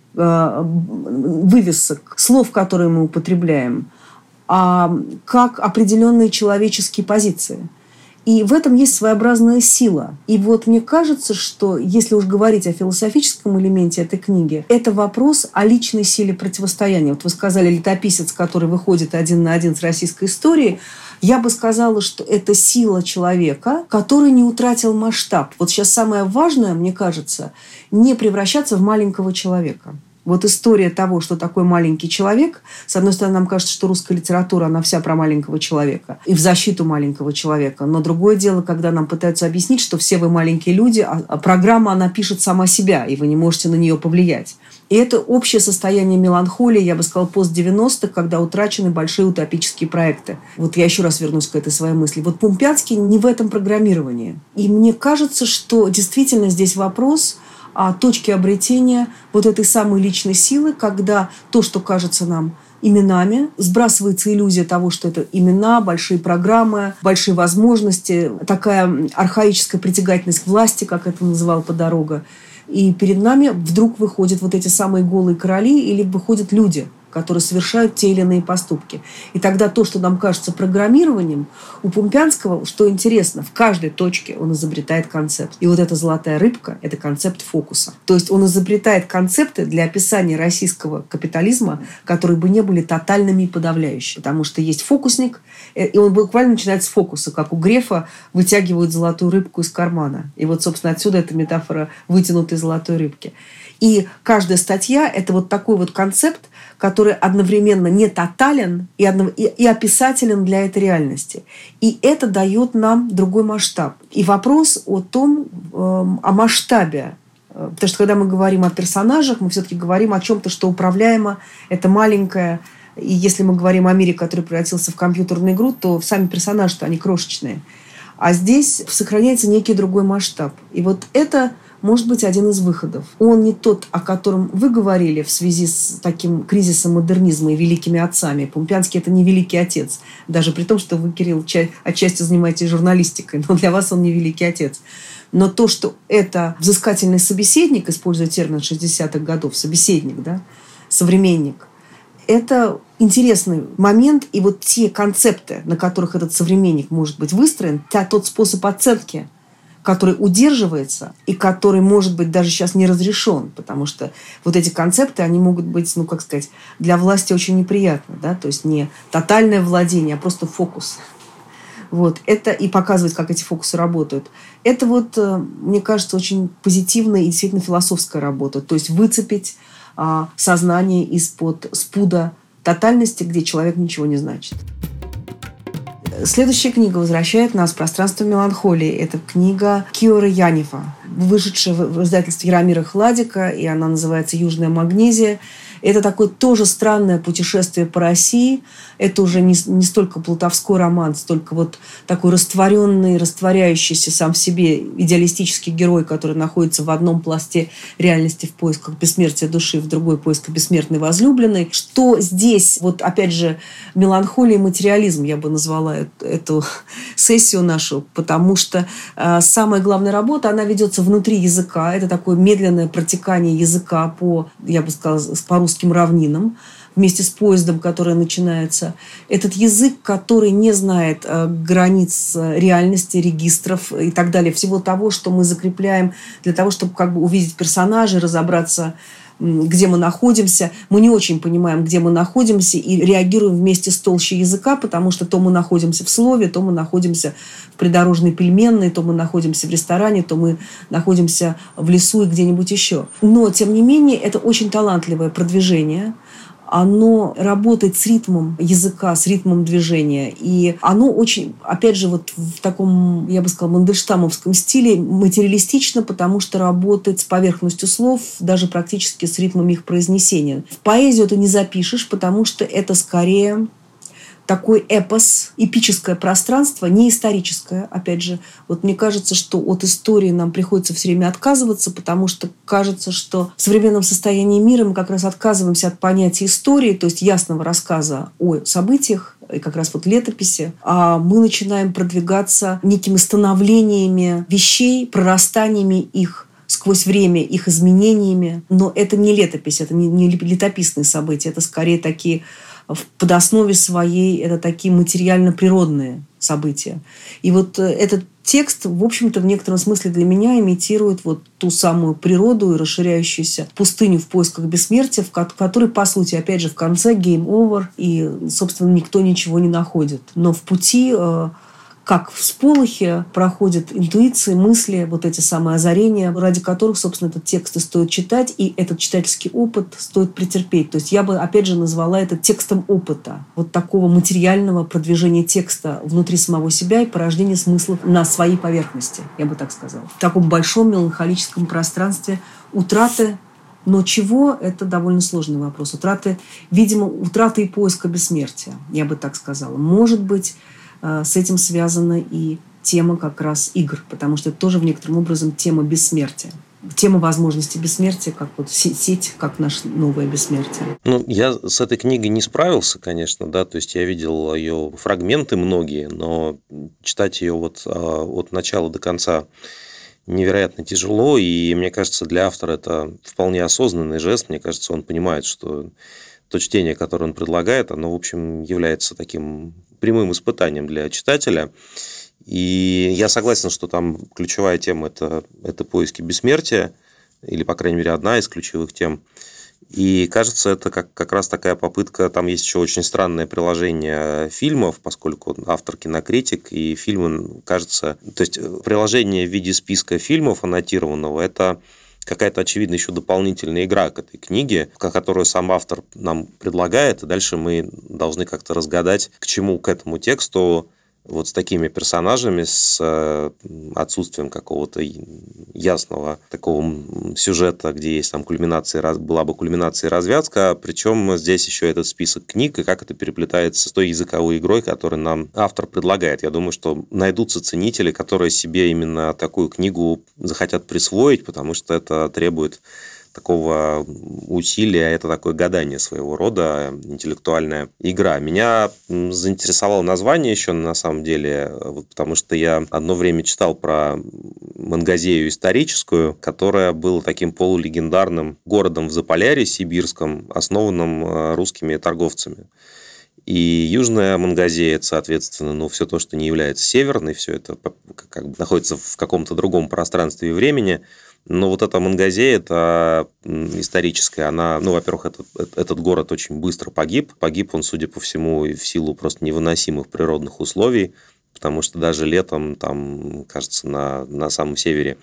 вывесок, слов, которые мы употребляем, а как определенные человеческие позиции. И в этом есть своеобразная сила. И вот мне кажется, что если уж говорить о философическом элементе этой книги, это вопрос о личной силе противостояния. Вот вы сказали, летописец, который выходит один на один с российской историей. Я бы сказала, что это сила человека, который не утратил масштаб. Вот сейчас самое важное, мне кажется, не превращаться в маленького человека. Вот история того, что такой маленький человек, с одной стороны, нам кажется, что русская литература, она вся про маленького человека и в защиту маленького человека. Но другое дело, когда нам пытаются объяснить, что все вы маленькие люди, а программа, она пишет сама себя, и вы не можете на нее повлиять. И это общее состояние меланхолии, я бы сказала, пост-девяностых, когда утрачены большие утопические проекты. Вот я еще раз вернусь к этой своей мысли. Вот Пумпянский не в этом программировании. И мне кажется, что действительно здесь вопрос о точке обретения вот этой самой личной силы, когда то, что кажется нам именами, сбрасывается иллюзия того, что это имена, большие программы, большие возможности, такая архаическая притягательность власти, как это называл Подорога. И перед нами вдруг выходят вот эти самые голые короли или выходят люди, которые совершают те или иные поступки. И тогда то, что нам кажется программированием, у Пумпянского, что интересно, в каждой точке он изобретает концепт. И вот эта золотая рыбка – это концепт фокуса. То есть он изобретает концепты для описания российского капитализма, которые бы не были тотальными и подавляющими. Потому что есть фокусник, и он буквально начинает с фокуса, как у Грефа вытягивают золотую рыбку из кармана. И вот, собственно, отсюда эта метафора вытянутой золотой рыбки. И каждая статья – это вот такой вот концепт, который одновременно не тотален и, одно, и, и описателен для этой реальности. И это дает нам другой масштаб. И вопрос о том, э, о масштабе. Потому что когда мы говорим о персонажах, мы все-таки говорим о чем-то, что управляемо, это маленькое. И если мы говорим о мире, который превратился в компьютерную игру, то сами персонажи-то, они крошечные. А здесь сохраняется некий другой масштаб. И вот это может быть один из выходов. Он не тот, о котором вы говорили в связи с таким кризисом модернизма и великими отцами. Пумпянский – это не великий отец. Даже при том, что вы, Кирилл, отчасти занимаетесь журналистикой, но для вас он не великий отец. Но то, что это взыскательный собеседник, используя термин шестидесятых годов, собеседник, да, современник, это интересный момент. И вот те концепты, на которых этот современник может быть выстроен, тот способ оценки, который удерживается и который, может быть, даже сейчас не разрешен, потому что вот эти концепты, они могут быть, ну, как сказать, для власти очень неприятны, да, то есть не тотальное владение, а просто фокус. Вот. Это и показывать, как эти фокусы работают. Это вот, мне кажется, очень позитивная и действительно философская работа, то есть выцепить а, сознание из-под спуда тотальности, где человек ничего не значит. Следующая книга возвращает нас в пространство меланхолии. Это книга Киоры Янифа, вышедшая в издательстве Яромира Хладика, и она называется «Южная магнезия». Это такое тоже странное путешествие по России. Это уже не, не столько плутовской роман, столько вот такой растворенный, растворяющийся сам в себе идеалистический герой, который находится в одном пласте реальности в поисках бессмертия души, в другой поиск бессмертной возлюбленной. Что здесь, вот опять же, меланхолия и материализм, я бы назвала эту, эту сессию нашу, потому что э, самая главная работа, она ведется внутри языка. Это такое медленное протекание языка по, я бы сказала, по русским равнинам, вместе с поездом, который начинается. Этот язык, который не знает э, границ реальности, регистров и так далее, всего того, что мы закрепляем для того, чтобы как бы увидеть персонажей, разобраться, где мы находимся. Мы не очень понимаем, где мы находимся, и реагируем вместе с толщей языка, потому что то мы находимся в слове, то мы находимся в придорожной пельменной, то мы находимся в ресторане, то мы находимся в лесу и где-нибудь еще. Но, тем не менее, это очень талантливое продвижение. Оно работает с ритмом языка, с ритмом движения. И оно очень, опять же, вот в таком, я бы сказала, мандельштамовском стиле материалистично, потому что работает с поверхностью слов, даже практически с ритмом их произнесения. В поэзию это не запишешь, потому что это скорее такой эпос, эпическое пространство, не историческое, опять же. Вот мне кажется, что от истории нам приходится все время отказываться, потому что кажется, что в современном состоянии мира мы как раз отказываемся от понятия истории, то есть ясного рассказа о событиях, и как раз вот летописи, а мы начинаем продвигаться некими становлениями вещей, прорастаниями их сквозь время, их изменениями. Но это не летопись, это не, не летописные события, это скорее такие в подоснове своей это такие материально-природные события. И вот этот текст, в общем-то, в некотором смысле для меня имитирует вот ту самую природу и расширяющуюся пустыню в поисках бессмертия, в которой, по сути, опять же, в конце game over, и, собственно, никто ничего не находит. Но в пути, как в сполохе, проходят интуиции, мысли, вот эти самые озарения, ради которых, собственно, этот текст и стоит читать, и этот читательский опыт стоит претерпеть. То есть я бы, опять же, назвала это текстом опыта. Вот такого материального продвижения текста внутри самого себя и порождения смыслов на своей поверхности, я бы так сказала. В таком большом меланхолическом пространстве утраты. Но чего? Это довольно сложный вопрос. Утраты, видимо, утраты и поиска бессмертия, я бы так сказала. Может быть, с этим связана и тема как раз игр, потому что это тоже в некотором образом тема бессмертия. тема возможности бессмертия, как вот сеть, как наше новое бессмертие. Ну, я с этой книгой не справился, конечно, да, то есть я видел ее фрагменты многие, но читать ее вот от начала до конца невероятно тяжело, и мне кажется, для автора это вполне осознанный жест, мне кажется, он понимает, что то чтение, которое он предлагает, оно, в общем, является таким прямым испытанием для читателя. И я согласен, что там ключевая тема это, – это поиски бессмертия, или, по крайней мере, одна из ключевых тем. И кажется, это как, как раз такая попытка, там есть еще очень странное приложение фильмов, поскольку он автор кинокритик, и фильмы, кажется, то есть приложение в виде списка фильмов аннотированного, это какая-то, очевидно, еще дополнительная игра к этой книге, которую сам автор нам предлагает, и дальше мы должны как-то разгадать, к чему, к этому тексту, вот с такими персонажами, с отсутствием какого-то ясного такого сюжета, где есть там кульминация, была бы кульминация и развязка, причем здесь еще этот список книг, и как это переплетается с той языковой игрой, которую нам автор предлагает. Я думаю, что найдутся ценители, которые себе именно такую книгу захотят присвоить, потому что это требует такого усилия, это такое гадание своего рода, интеллектуальная игра. Меня заинтересовало название еще на самом деле, потому что я одно время читал про Мангазею историческую, которая была таким полулегендарным городом в Заполярье сибирском, основанным русскими торговцами. И южная Мангазея, это, соответственно, ну, все то, что не является северной, все это как бы находится в каком-то другом пространстве и времени. Но вот эта Мангазея, это историческая, она, ну, во-первых, этот, этот город очень быстро погиб. Погиб он, судя по всему, в силу просто невыносимых природных условий, потому что даже летом, там, кажется, на, на самом севере,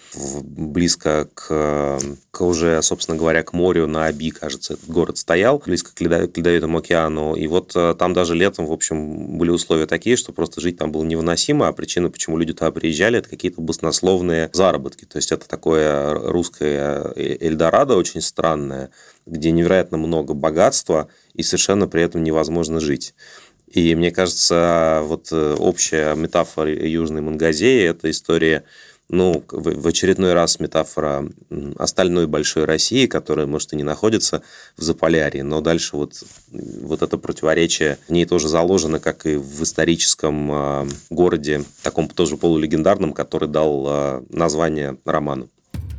близко к, к уже, собственно говоря, к морю, на Оби, кажется, этот город стоял, близко к Ледовитому океану. И вот там даже летом, в общем, были условия такие, что просто жить там было невыносимо, а причина, почему люди туда приезжали, это какие-то баснословные заработки. То есть это такое русское Эльдорадо очень странное, где невероятно много богатства, и совершенно при этом невозможно жить. И мне кажется, вот общая метафора Южной Мангазеи – это история, ну, в очередной раз метафора остальной большой России, которая, может, и не находится в Заполярье, но дальше вот, вот это противоречие в ней тоже заложено, как и в историческом городе, таком тоже полулегендарном, который дал название роману.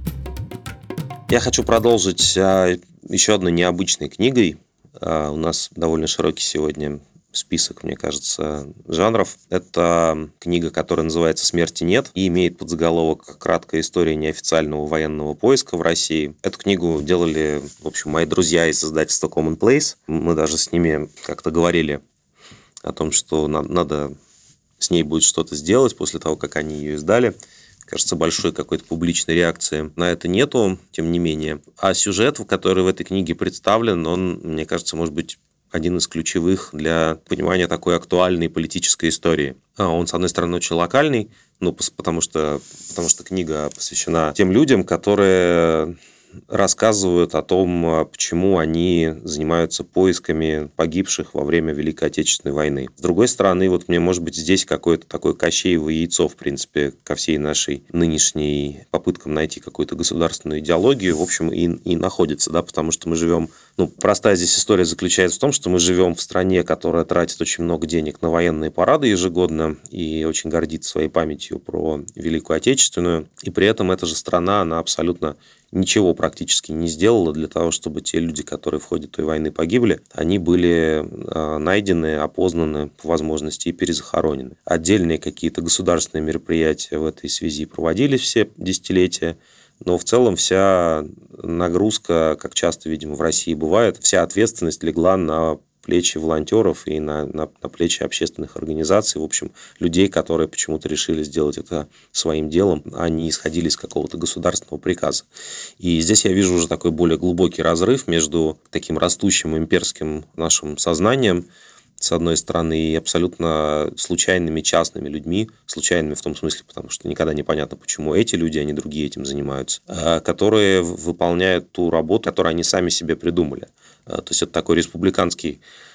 Я хочу продолжить еще одной необычной книгой. У нас довольно широкий сегодня список, мне кажется, жанров. Это книга, которая называется «Смерти нет» и имеет подзаголовок «Краткая история неофициального военного поиска в России». Эту книгу делали, в общем, мои друзья из издательства Commonplace. Мы даже с ними как-то говорили о том, что надо с ней будет что-то сделать после того, как они ее издали. Кажется, большой какой-то публичной реакции на это нету, тем не менее. А сюжет, который в этой книге представлен, он, мне кажется, может быть один из ключевых для понимания такой актуальной политической истории. Он, с одной стороны, очень локальный, ну, потому что, потому что книга посвящена тем людям, которые рассказывают о том, почему они занимаются поисками погибших во время Великой Отечественной войны. С другой стороны, вот мне, может быть, здесь какое-то такое кощеево яйцо, в принципе, ко всей нашей нынешней попыткам найти какую-то государственную идеологию, в общем, и, и находится, да, потому что мы живем, ну, простая здесь история заключается в том, что мы живем в стране, которая тратит очень много денег на военные парады ежегодно и очень гордится своей памятью про Великую Отечественную, и при этом эта же страна, она абсолютно ничего практически не сделала для того, чтобы те люди, которые в ходе той войны погибли, они были найдены, опознаны по возможности и перезахоронены. Отдельные какие-то государственные мероприятия в этой связи проводились все десятилетия, но в целом вся нагрузка, как часто, видимо, в России бывает, вся ответственность легла на плечи волонтеров и на, на, на плечи общественных организаций, в общем, людей, которые почему-то решили сделать это своим делом, а не исходили из какого-то государственного приказа. И здесь я вижу уже такой более глубокий разрыв между таким растущим имперским нашим сознанием, с одной стороны, и абсолютно случайными частными людьми, случайными в том смысле, потому что никогда не понятно, почему эти люди, а не другие этим занимаются, которые выполняют ту работу, которую они сами себе придумали. То есть это такой республиканский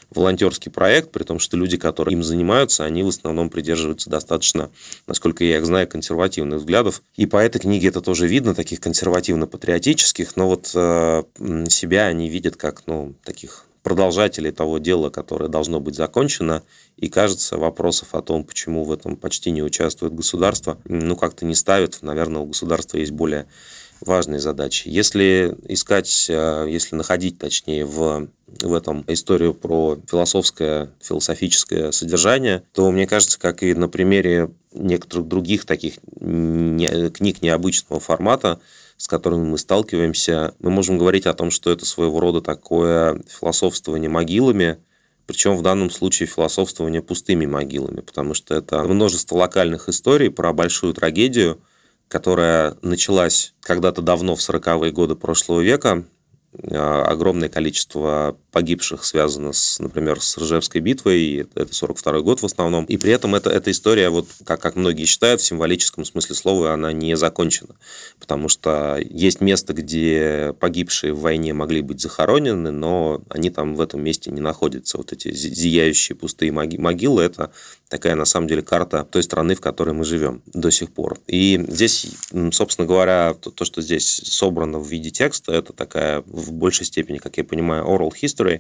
волонтерский проект, при том, что люди, которые им занимаются, они в основном придерживаются достаточно, насколько я их знаю, консервативных взглядов. И по этой книге это тоже видно, таких консервативно-патриотических, но вот э, себя они видят как, ну, таких продолжателей того дела, которое должно быть закончено. И, кажется, вопросов о том, почему в этом почти не участвует государство, ну, как-то не ставят. Наверное, у государства есть более важные задачи. Если искать, если находить, точнее, в, в этом историю про философское, философическое содержание, то, мне кажется, как и на примере некоторых других таких не, книг необычного формата, с которыми мы сталкиваемся, мы можем говорить о том, что это своего рода такое философствование могилами, причем в данном случае философствование пустыми могилами, потому что это множество локальных историй про большую трагедию, которая началась когда-то давно, в сороковые годы прошлого века. Огромное количество погибших связано, с, например, с Ржевской битвой, и это сорок второй год в основном. И при этом это, эта история, вот, как, как многие считают, в символическом смысле слова, она не закончена. Потому что есть место, где погибшие в войне могли быть захоронены, но они там в этом месте не находятся. Вот эти зияющие пустые могилы – это такая, на самом деле, карта той страны, в которой мы живем до сих пор. И здесь, собственно говоря, то, то что здесь собрано в виде текста, это такая, в большей степени, как я понимаю, oral history,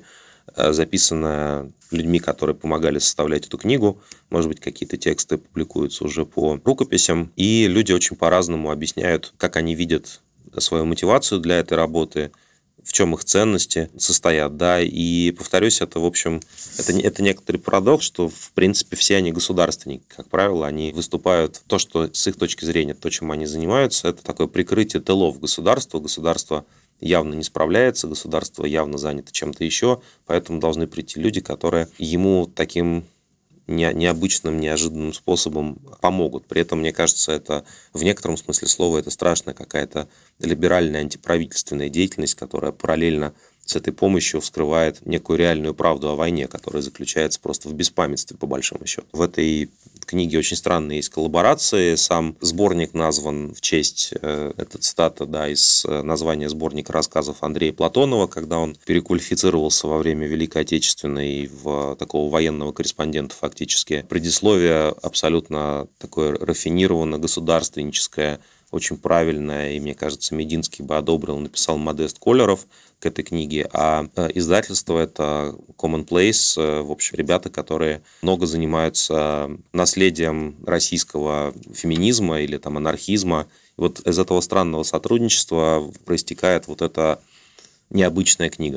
записанная людьми, которые помогали составлять эту книгу. Может быть, какие-то тексты публикуются уже по рукописям. И люди очень по-разному объясняют, как они видят свою мотивацию для этой работы, в чем их ценности состоят, да, и, повторюсь, это, в общем, это, это некоторый парадокс, что, в принципе, все они государственники, как правило, они выступают, то, что с их точки зрения, то, чем они занимаются, это такое прикрытие тылов государства, государство явно не справляется, государство явно занято чем-то еще, поэтому должны прийти люди, которые ему таким необычным, неожиданным способом помогут. При этом, мне кажется, это в некотором смысле слова это страшная какая-то либеральная антиправительственная деятельность, которая параллельно с этой помощью вскрывает некую реальную правду о войне, которая заключается просто в беспамятстве, по большому счету. В этой книге очень странные есть коллаборации. Сам сборник назван в честь, э, это цитата, да, из названия сборника рассказов Андрея Платонова, когда он переквалифицировался во время Великой Отечественной в такого военного корреспондента фактически. Предисловие абсолютно такое рафинированно государственническое, очень правильное, и, мне кажется, Мединский бы одобрил, написал Модест Колеров к этой книге, а издательство это Commonplace, в общем, ребята, которые много занимаются наследием российского феминизма или там анархизма. И вот из этого странного сотрудничества проистекает вот эта необычная книга.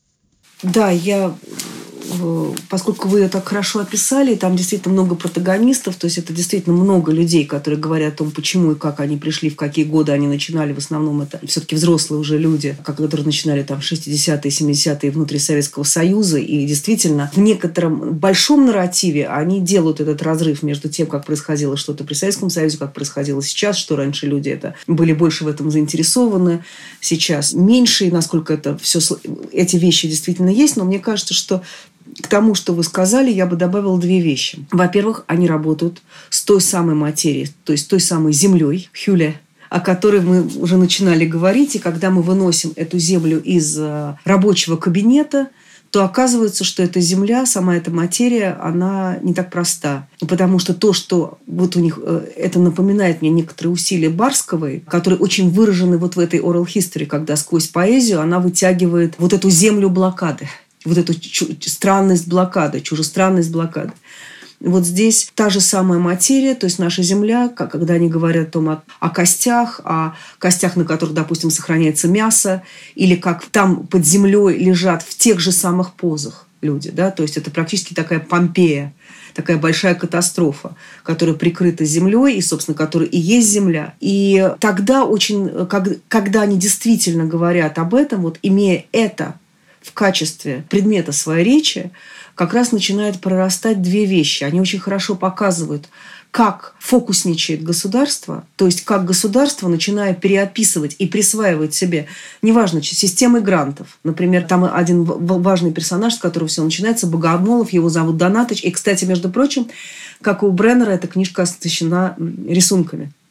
Да, я, поскольку вы ее так хорошо описали, там действительно много протагонистов, то есть это действительно много людей, которые говорят о том, почему и как они пришли, в какие годы они начинали. В основном это все-таки взрослые уже люди, которые начинали там в шестидесятые, семидесятые внутри Советского Союза. И действительно, в некотором большом нарративе они делают этот разрыв между тем, как происходило что-то при Советском Союзе, как происходило сейчас, что раньше люди это были больше в этом заинтересованы, сейчас меньше, и насколько это все, эти вещи действительно есть. Но мне кажется, что к тому, что вы сказали, я бы добавила две вещи. Во-первых, они работают с той самой материей, то есть той самой землей, хюле, о которой мы уже начинали говорить. И когда мы выносим эту землю из рабочего кабинета, то оказывается, что эта земля, сама эта материя, она не так проста. Потому что то, что вот у них, это напоминает мне некоторые усилия Барсковой, которые очень выражены вот в этой oral history, когда сквозь поэзию она вытягивает вот эту землю блокады. Вот эту странность блокады, чужестранность блокады. Вот здесь та же самая материя, то есть наша земля, когда они говорят о том, о, о костях, о костях, на которых, допустим, сохраняется мясо, или как там под землей лежат в тех же самых позах люди. Да? То есть это практически такая Помпея, такая большая катастрофа, которая прикрыта землей, и, собственно, которая и есть земля. И тогда очень, когда они действительно говорят об этом, вот имея это в качестве предмета своей речи, как раз начинают прорастать две вещи. Они очень хорошо показывают, как фокусничает государство, то есть как государство начинает переописывать и присваивать себе, неважно, системы грантов. Например, там один важный персонаж, с которого все начинается, Богомолов, его зовут Донатыч. И, кстати, между прочим, как у Бреннера, эта книжка оснащена рисунками.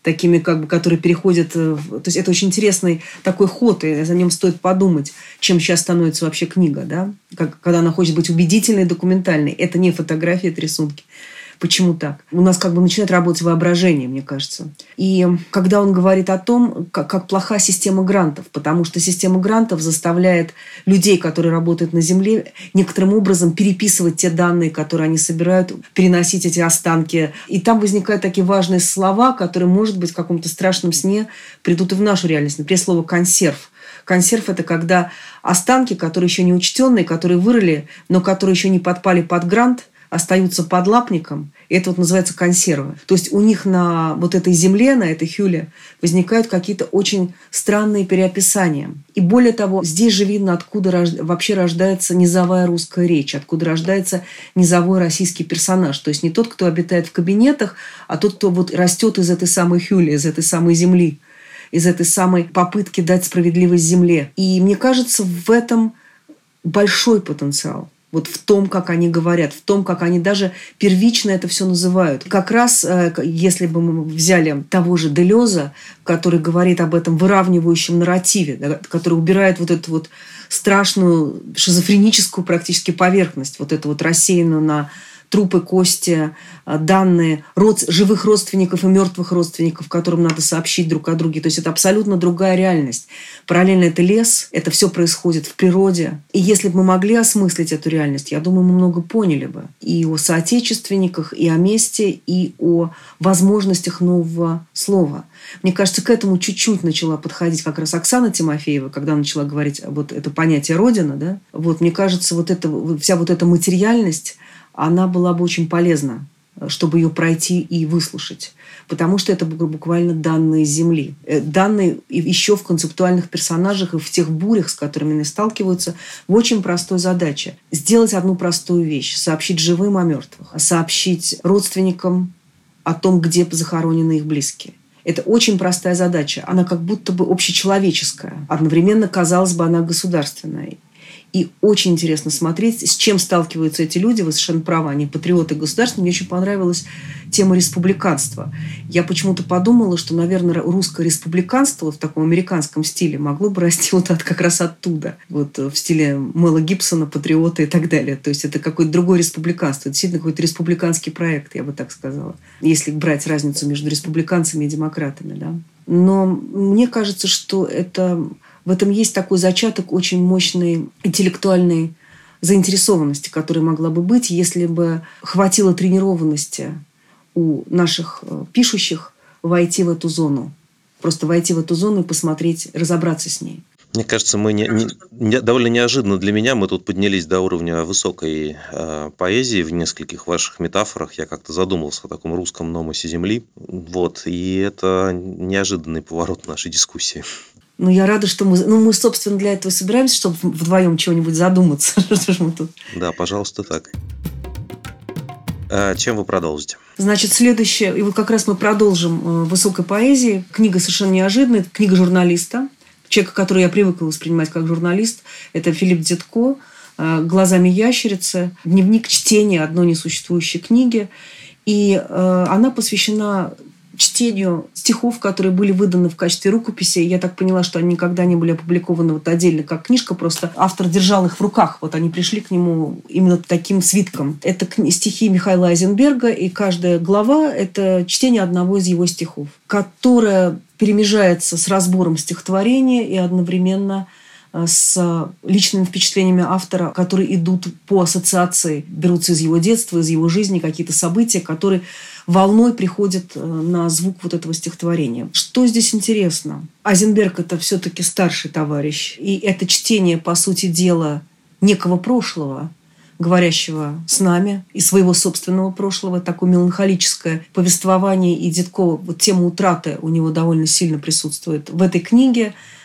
такими, как бы, которые переходят... То есть это очень интересный такой ход, и за ним стоит подумать, чем сейчас становится вообще книга, да? Как, когда она хочет быть убедительной, документальной. Это не фотографии, это рисунки. Почему так? У нас как бы начинает работать воображение, мне кажется. И когда он говорит о том, как, как плоха система грантов, потому что система грантов заставляет людей, которые работают на Земле, некоторым образом переписывать те данные, которые они собирают, переносить эти останки. И там возникают такие важные слова, которые, может быть, в каком-то страшном сне придут и в нашу реальность. Например, слово «консерв». Консерв – это когда останки, которые еще не учтенные, которые вырыли, но которые еще не подпали под грант, остаются под лапником, и это вот называется консервы. То есть у них на вот этой земле, на этой хюле возникают какие-то очень странные переописания. И более того, здесь же видно, откуда рож... вообще рождается низовая русская речь, откуда рождается низовой российский персонаж. То есть не тот, кто обитает в кабинетах, а тот, кто вот растет из этой самой хюли, из этой самой земли, из этой самой попытки дать справедливость земле. И мне кажется, в этом большой потенциал. Вот в том, как они говорят, в том, как они даже первично это все называют. Как раз, если бы мы взяли того же Делеза, который говорит об этом выравнивающем нарративе, да, который убирает вот эту вот страшную шизофреническую практически поверхность, вот эту вот рассеянную на трупы, кости, данные род... живых родственников и мертвых родственников, которым надо сообщить друг о друге. То есть это абсолютно другая реальность. Параллельно это лес, это все происходит в природе. И если бы мы могли осмыслить эту реальность, я думаю, мы много поняли бы и о соотечественниках, и о месте, и о возможностях нового слова. Мне кажется, к этому чуть-чуть начала подходить как раз Оксана Тимофеева, когда начала говорить вот это понятие «родина». Да? Вот, мне кажется, вот это, вся вот эта материальность, она была бы очень полезна, чтобы ее пройти и выслушать. Потому что это буквально данные Земли. Данные еще в концептуальных персонажах и в тех бурях, с которыми они сталкиваются, в очень простой задаче. Сделать одну простую вещь. Сообщить живым о мертвых. Сообщить родственникам о том, где захоронены их близкие. Это очень простая задача. Она как будто бы общечеловеческая. Одновременно, казалось бы, она государственная. И очень интересно смотреть, с чем сталкиваются эти люди. Вы совершенно правы, они патриоты государства. Мне очень понравилась тема республиканства. Я почему-то подумала, что, наверное, русское республиканство в таком американском стиле могло бы расти вот от, как раз оттуда. Вот в стиле Мэла Гибсона, патриоты и так далее. То есть это какое-то другое республиканство. Это действительно какой-то республиканский проект, я бы так сказала. Если брать разницу между республиканцами и демократами. Да? Но мне кажется, что это... В этом есть такой зачаток очень мощной интеллектуальной заинтересованности, которая могла бы быть, если бы хватило тренированности у наших пишущих войти в эту зону. Просто войти в эту зону и посмотреть, разобраться с ней. Мне кажется, мы не, не, довольно неожиданно для меня мы тут поднялись до уровня высокой э, поэзии в нескольких ваших метафорах. Я как-то задумался о таком русском номосе земли. Вот, и это неожиданный поворот нашей дискуссии. Ну, я рада, что мы... Ну, мы, собственно, для этого собираемся, чтобы вдвоем чего-нибудь задуматься. Что ж мы тут? Да, пожалуйста, так. А чем вы продолжите? Значит, следующее... И вот как раз мы продолжим высокой поэзии. Книга совершенно неожиданная. Это книга журналиста. Человека, который я привыкла воспринимать как журналист. Это Филипп Дзятко. «Глазами ящерицы». Дневник чтения одной несуществующей книги. И она посвящена... чтению стихов, которые были выданы в качестве рукописи. Я так поняла, что они никогда не были опубликованы вот отдельно как книжка, просто автор держал их в руках. Вот они пришли к нему именно таким свитком. Это стихи Михаила Айзенберга, и каждая глава – это чтение одного из его стихов, которое перемежается с разбором стихотворения и одновременно с личными впечатлениями автора, которые идут по ассоциации, берутся из его детства, из его жизни, какие-то события, которые волной приходят на звук вот этого стихотворения. Что здесь интересно? Айзенберг – это все-таки старший товарищ, и это чтение, по сути дела, некого прошлого, говорящего с нами, и своего собственного прошлого, такое меланхолическое повествование, и Дзятко, вот тема утраты у него довольно сильно присутствует в этой книге.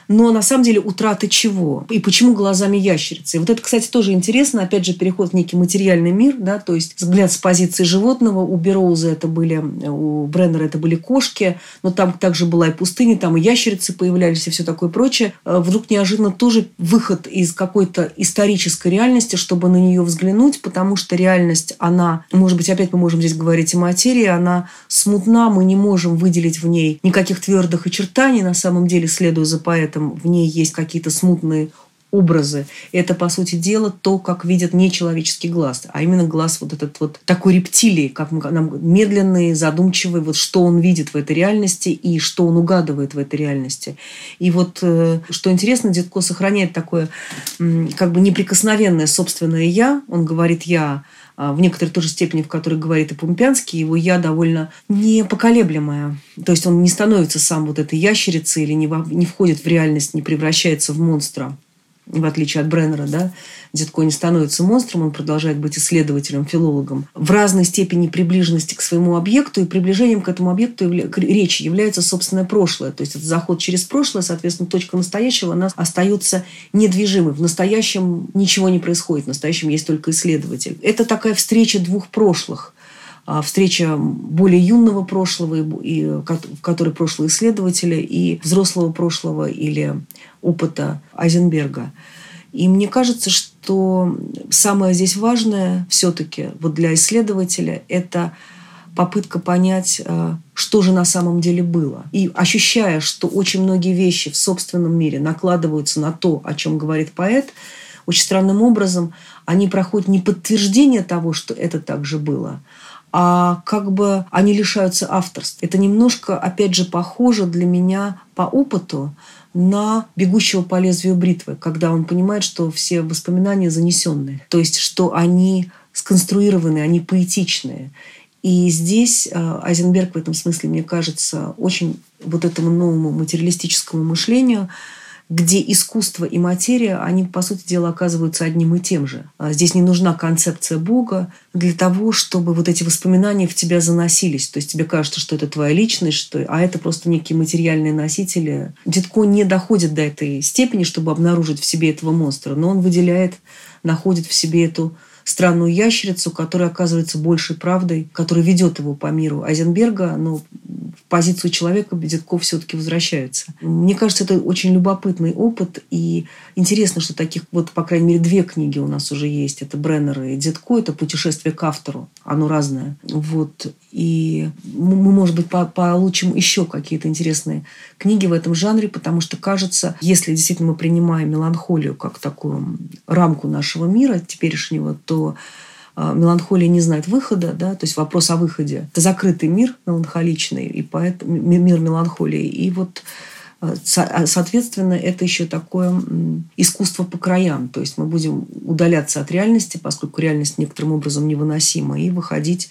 но на самом деле утрата чего? И почему глазами ящерицы? И вот это, кстати, тоже интересно. Опять же, переход в некий материальный мир, да, то есть взгляд с позиции животного. У Берроуза это были, у Бреннера это были кошки, но там также была и пустыня, там и ящерицы появлялись, и все такое прочее. Вдруг неожиданно тоже выход из какой-то исторической реальности, чтобы на нее взглянуть, потому что реальность, она, может быть, опять мы можем здесь говорить о материи, она смутна, мы не можем выделить в ней никаких твердых очертаний, на самом деле, следуя за поэтом, в ней есть какие-то смутные образы. Это, по сути дела, то, как видит нечеловеческий глаз, а именно глаз вот этот вот такой рептилии, как нам медленный, задумчивый, вот что он видит в этой реальности и что он угадывает в этой реальности. И вот, что интересно, Дзитко сохраняет такое как бы неприкосновенное собственное «я». Он говорит «я», в некоторой той же степени, в которой говорит и Помпянский, его «я» довольно непоколеблемое. То есть он не становится сам вот этой ящерицей или не, во, не входит в реальность, не превращается в монстра. В отличие от Бреннера, да, Дзитко не становится монстром, он продолжает быть исследователем, филологом. В разной степени приближенности к своему объекту, и приближением к этому объекту явля... к речи является собственное прошлое. То есть это заход через прошлое, соответственно, точка настоящего, она остается недвижимой. В настоящем ничего не происходит, в настоящем есть только исследователь. Это такая встреча двух прошлых. Встреча более юного прошлого, и, в которой прошлое исследователя, и взрослого прошлого или опыта Айзенберга. И мне кажется, что самое здесь важное все-таки вот для исследователя – это попытка понять, что же на самом деле было. И ощущая, что очень многие вещи в собственном мире накладываются на то, о чем говорит поэт, очень странным образом они проходят не подтверждение того, что это так же было, а как бы они лишаются авторства. Это немножко, опять же, похоже для меня по опыту на «Бегущего по лезвию бритвы», когда он понимает, что все воспоминания занесенные, то есть что они сконструированы, они поэтичные. И здесь Айзенберг в этом смысле, мне кажется, очень вот этому новому материалистическому мышлению, где искусство и материя, они, по сути дела, оказываются одним и тем же. Здесь не нужна концепция Бога для того, чтобы вот эти воспоминания в тебя заносились. То есть тебе кажется, что это твоя личность, что... а это просто некие материальные носители. Дзитко не доходит до этой степени, чтобы обнаружить в себе этого монстра, но он выделяет, находит в себе эту странную ящерицу, которая оказывается большей правдой, которая ведет его по миру Айзенберга, но в позицию человека Дзитко все-таки возвращается. Мне кажется, это очень любопытный опыт, и интересно, что таких, вот, по крайней мере, две книги у нас уже есть. Это Бреннер и Дзитко, это «Путешествие к автору». Оно разное. Вот. И мы, может быть, получим еще какие-то интересные книги в этом жанре, потому что, кажется, если действительно мы принимаем меланхолию как такую рамку нашего мира теперешнего, то меланхолия не знает выхода, да, то есть вопрос о выходе. Это закрытый мир меланхоличный, и поэтому мир меланхолии. И вот, соответственно, это еще такое искусство по краям. То есть мы будем удаляться от реальности, поскольку реальность некоторым образом невыносима, и выходить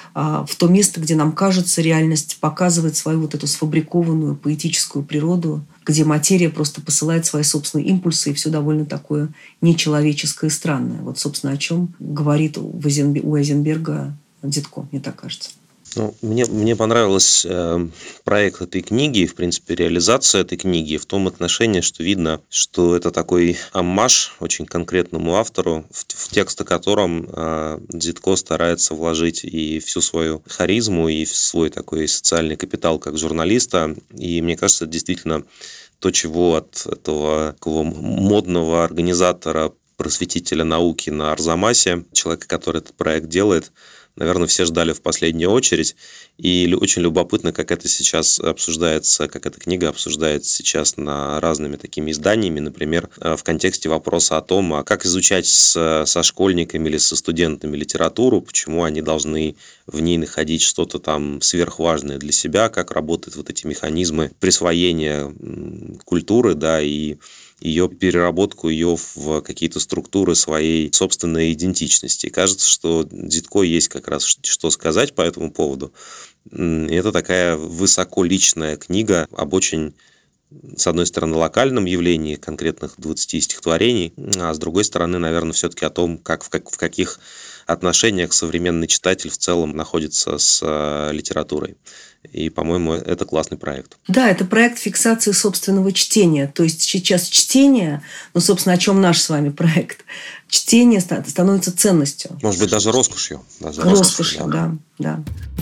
в то место, где нам кажется, реальность показывает свою вот эту сфабрикованную поэтическую природу, где материя просто посылает свои собственные импульсы, и все довольно такое нечеловеческое и странное. Вот, собственно, о чем говорит у Айзенберга Дзитко, мне так кажется. Ну, мне, мне понравился э, проект этой книги, в принципе, реализация этой книги в том отношении, что видно, что это такой оммаж очень конкретному автору, в, в текст о котором э, Дзитко старается вложить и всю свою харизму, и свой такой социальный капитал как журналиста. И мне кажется, это действительно то, чего от этого такого модного организатора, просветителя науки на Арзамасе, человека, который этот проект делает, наверное, все ждали в последнюю очередь. И очень любопытно, как это сейчас обсуждается, как эта книга обсуждается сейчас на разными такими изданиями. Например, в контексте вопроса о том, а как изучать с, со школьниками или со студентами литературу, почему они должны в ней находить что-то там сверхважное для себя, как работают вот эти механизмы присвоения культуры, да, и ее переработку ее в какие-то структуры своей собственной идентичности. И кажется, что Дзитко есть как раз что сказать по этому поводу. Это такая высоколичная книга об очень с одной стороны, локальном явлении конкретных двадцати стихотворений, а с другой стороны, наверное, все-таки о том, как, в, как, в каких отношениях современный читатель в целом находится с э, литературой. И, по-моему, это классный проект. Да, это проект фиксации собственного чтения. То есть сейчас чтение, ну, собственно, о чем наш с вами проект, чтение становится ценностью. Может быть, даже роскошью. Даже роскошью, роскошью, да, да.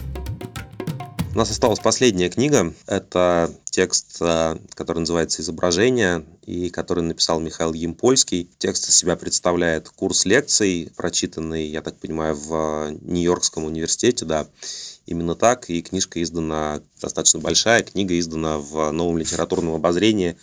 У нас осталась последняя книга. Это текст, который называется «Изображение», и который написал Михаил Ямпольский. Текст из себя представляет курс лекций, прочитанный, я так понимаю, в Нью-Йоркском университете, да, именно так. И книжка издана, достаточно большая, книга издана в Новом литературном обозрении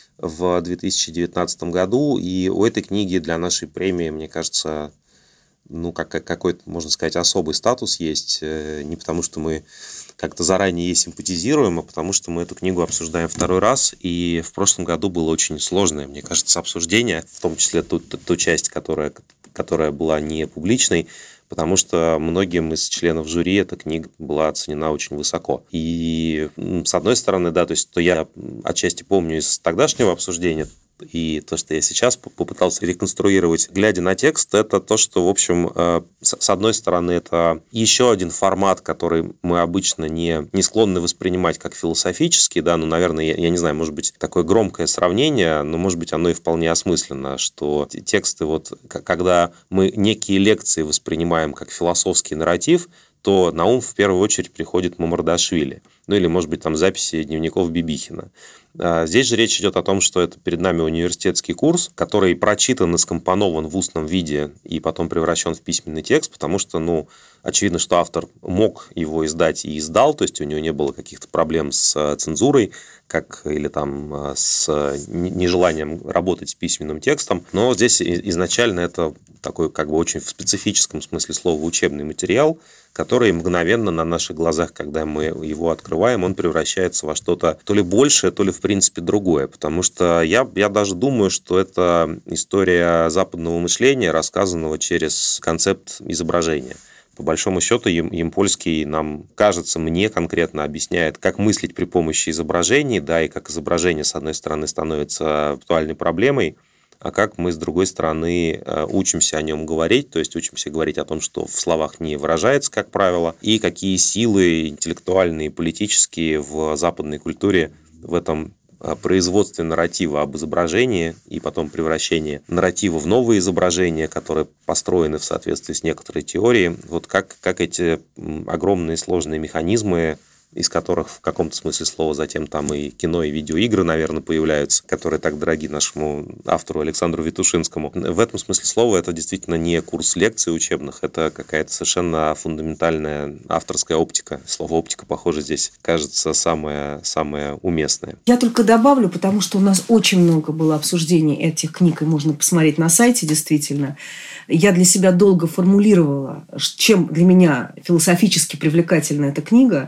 в две тысячи девятнадцатом году. И у этой книги для нашей премии, мне кажется, ну, как, какой-то, можно сказать, особый статус есть. Не потому, что мы как-то заранее ей симпатизируем, а потому что мы эту книгу обсуждаем второй раз. И в прошлом году было очень сложное, мне кажется, обсуждение, в том числе ту, ту, ту часть, которая, которая была не публичной, потому что многим из членов жюри эта книга была оценена очень высоко. И с одной стороны, да, то есть то я отчасти помню из тогдашнего обсуждения, и то, что я сейчас попытался реконструировать, глядя на текст, это то, что, в общем, с одной стороны, это еще один формат, который мы обычно не, не склонны воспринимать как философический, да, ну, наверное, я, я не знаю, может быть, такое громкое сравнение, но, может быть, оно и вполне осмысленно, что тексты, вот, когда мы некие лекции воспринимаем как философский нарратив, то на ум в первую очередь приходит Мамардашвили. Ну или, может быть, там записи дневников Бибихина. Здесь же речь идет о том, что это перед нами университетский курс, который прочитан и скомпонован в устном виде и потом превращен в письменный текст, потому что, ну, очевидно, что автор мог его издать и издал, то есть у него не было каких-то проблем с цензурой, как или там с нежеланием работать с письменным текстом. Но здесь изначально это такой, как бы, очень в специфическом смысле слова учебный материал, который мгновенно на наших глазах, когда мы его открываем, он превращается во что-то то ли большее, то ли в принципе другое. Потому что я, я даже думаю, что это история западного мышления, рассказанного через концепт изображения. По большому счету, Ямпольский нам, кажется, мне конкретно объясняет, как мыслить при помощи изображений, да, и как изображение, с одной стороны, становится актуальной проблемой, а как мы, с другой стороны, учимся о нем говорить, то есть учимся говорить о том, что в словах не выражается, как правило, и какие силы интеллектуальные и политические в западной культуре в этом производстве нарратива об изображении и потом превращении нарратива в новые изображения, которые построены в соответствии с некоторой теорией. Вот как, как эти огромные сложные механизмы, из которых в каком-то смысле слова затем там и кино, и видеоигры, наверное, появляются, которые так дороги нашему автору Александру Витушинскому. В этом смысле слова это действительно не курс лекций учебных, это какая-то совершенно фундаментальная авторская оптика. Слово оптика, похоже, здесь кажется самое, самое уместное. Я только добавлю, потому что у нас очень много было обсуждений этих книг, и можно посмотреть на сайте, действительно. Я для себя долго формулировала, чем для меня философически привлекательна эта книга.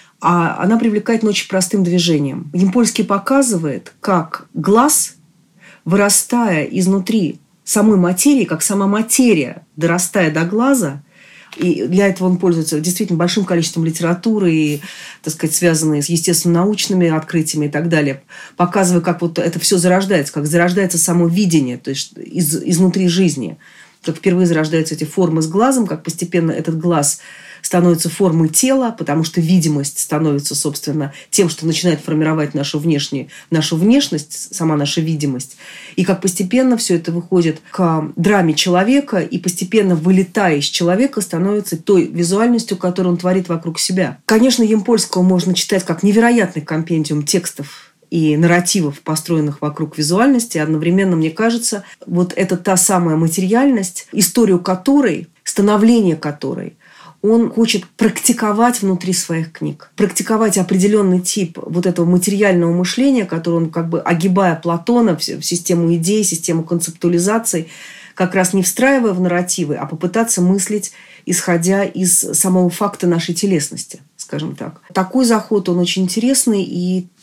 А она привлекательна очень простым движением. Ямпольский показывает, как глаз, вырастая изнутри самой материи, как сама материя, дорастая до глаза, и для этого он пользуется действительно большим количеством литературы, и, так сказать, связанной с естественно-научными открытиями и так далее, показывая, как вот это все зарождается, как зарождается само видение, то есть из, изнутри жизни, как впервые зарождаются эти формы с глазом, как постепенно этот глаз становится формой тела, потому что видимость становится, собственно, тем, что начинает формировать нашу внешнюю, нашу внешность, сама наша видимость. И как постепенно все это выходит к драме человека, и постепенно, вылетая из человека, становится той визуальностью, которую он творит вокруг себя. Конечно, Ямпольского можно читать как невероятный компендиум текстов и нарративов, построенных вокруг визуальности. Одновременно, мне кажется, вот это та самая материальность, историю которой, становление которой он хочет практиковать внутри своих книг. Практиковать определенный тип вот этого материального мышления, который он, как бы огибая Платона в систему идей, систему концептуализации, как раз не встраивая в нарративы, а попытаться мыслить, исходя из самого факта нашей телесности, скажем так. Такой заход, он очень интересный, и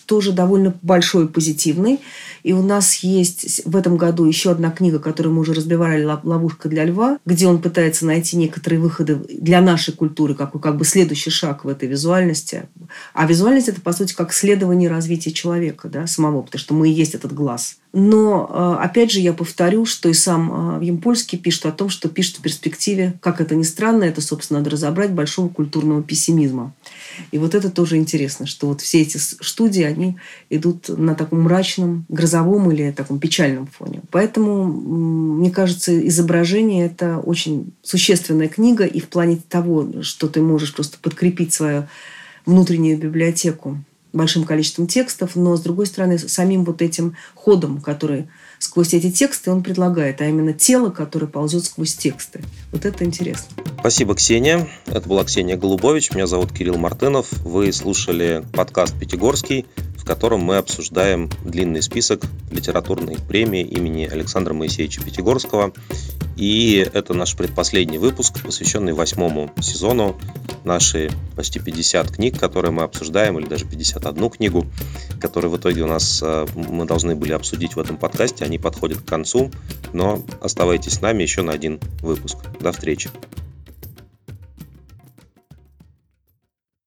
тоже довольно большой и позитивный. И у нас есть в этом году еще одна книга, которую мы уже разбивали, «Ловушка для льва», где он пытается найти некоторые выходы для нашей культуры, как, как бы следующий шаг в этой визуальности. А визуальность – это, по сути, как следование развития человека, да, самого, потому что мы и есть этот глаз. Но, опять же, я повторю, что и сам Ямпольский пишет о том, что пишет в перспективе, как это ни странно, это, собственно, надо разобрать, большого культурного пессимизма. И вот это тоже интересно, что вот все эти студии, они идут на таком мрачном, грозовом или таком печальном фоне. Поэтому, мне кажется, изображение – это очень существенная книга, и в плане того, что ты можешь просто подкрепить свою внутреннюю библиотеку большим количеством текстов, но, с другой стороны, самим вот этим ходом, который сквозь эти тексты он предлагает, а именно тело, которое ползет сквозь тексты. Вот это интересно. Спасибо, Ксения. Это была Ксения Голубович. Меня зовут Кирилл Мартынов. Вы слушали подкаст «Пятигорский», в котором мы обсуждаем длинный список литературной премии имени Александра Моисеевича Пятигорского. И это наш предпоследний выпуск, посвященный восьмому сезону. Наши почти пятьдесят книг, которые мы обсуждаем, или даже пятьдесят одну книгу, которые в итоге у нас мы должны были обсудить в этом подкасте, они подходят к концу. Но оставайтесь с нами еще на один выпуск. До встречи.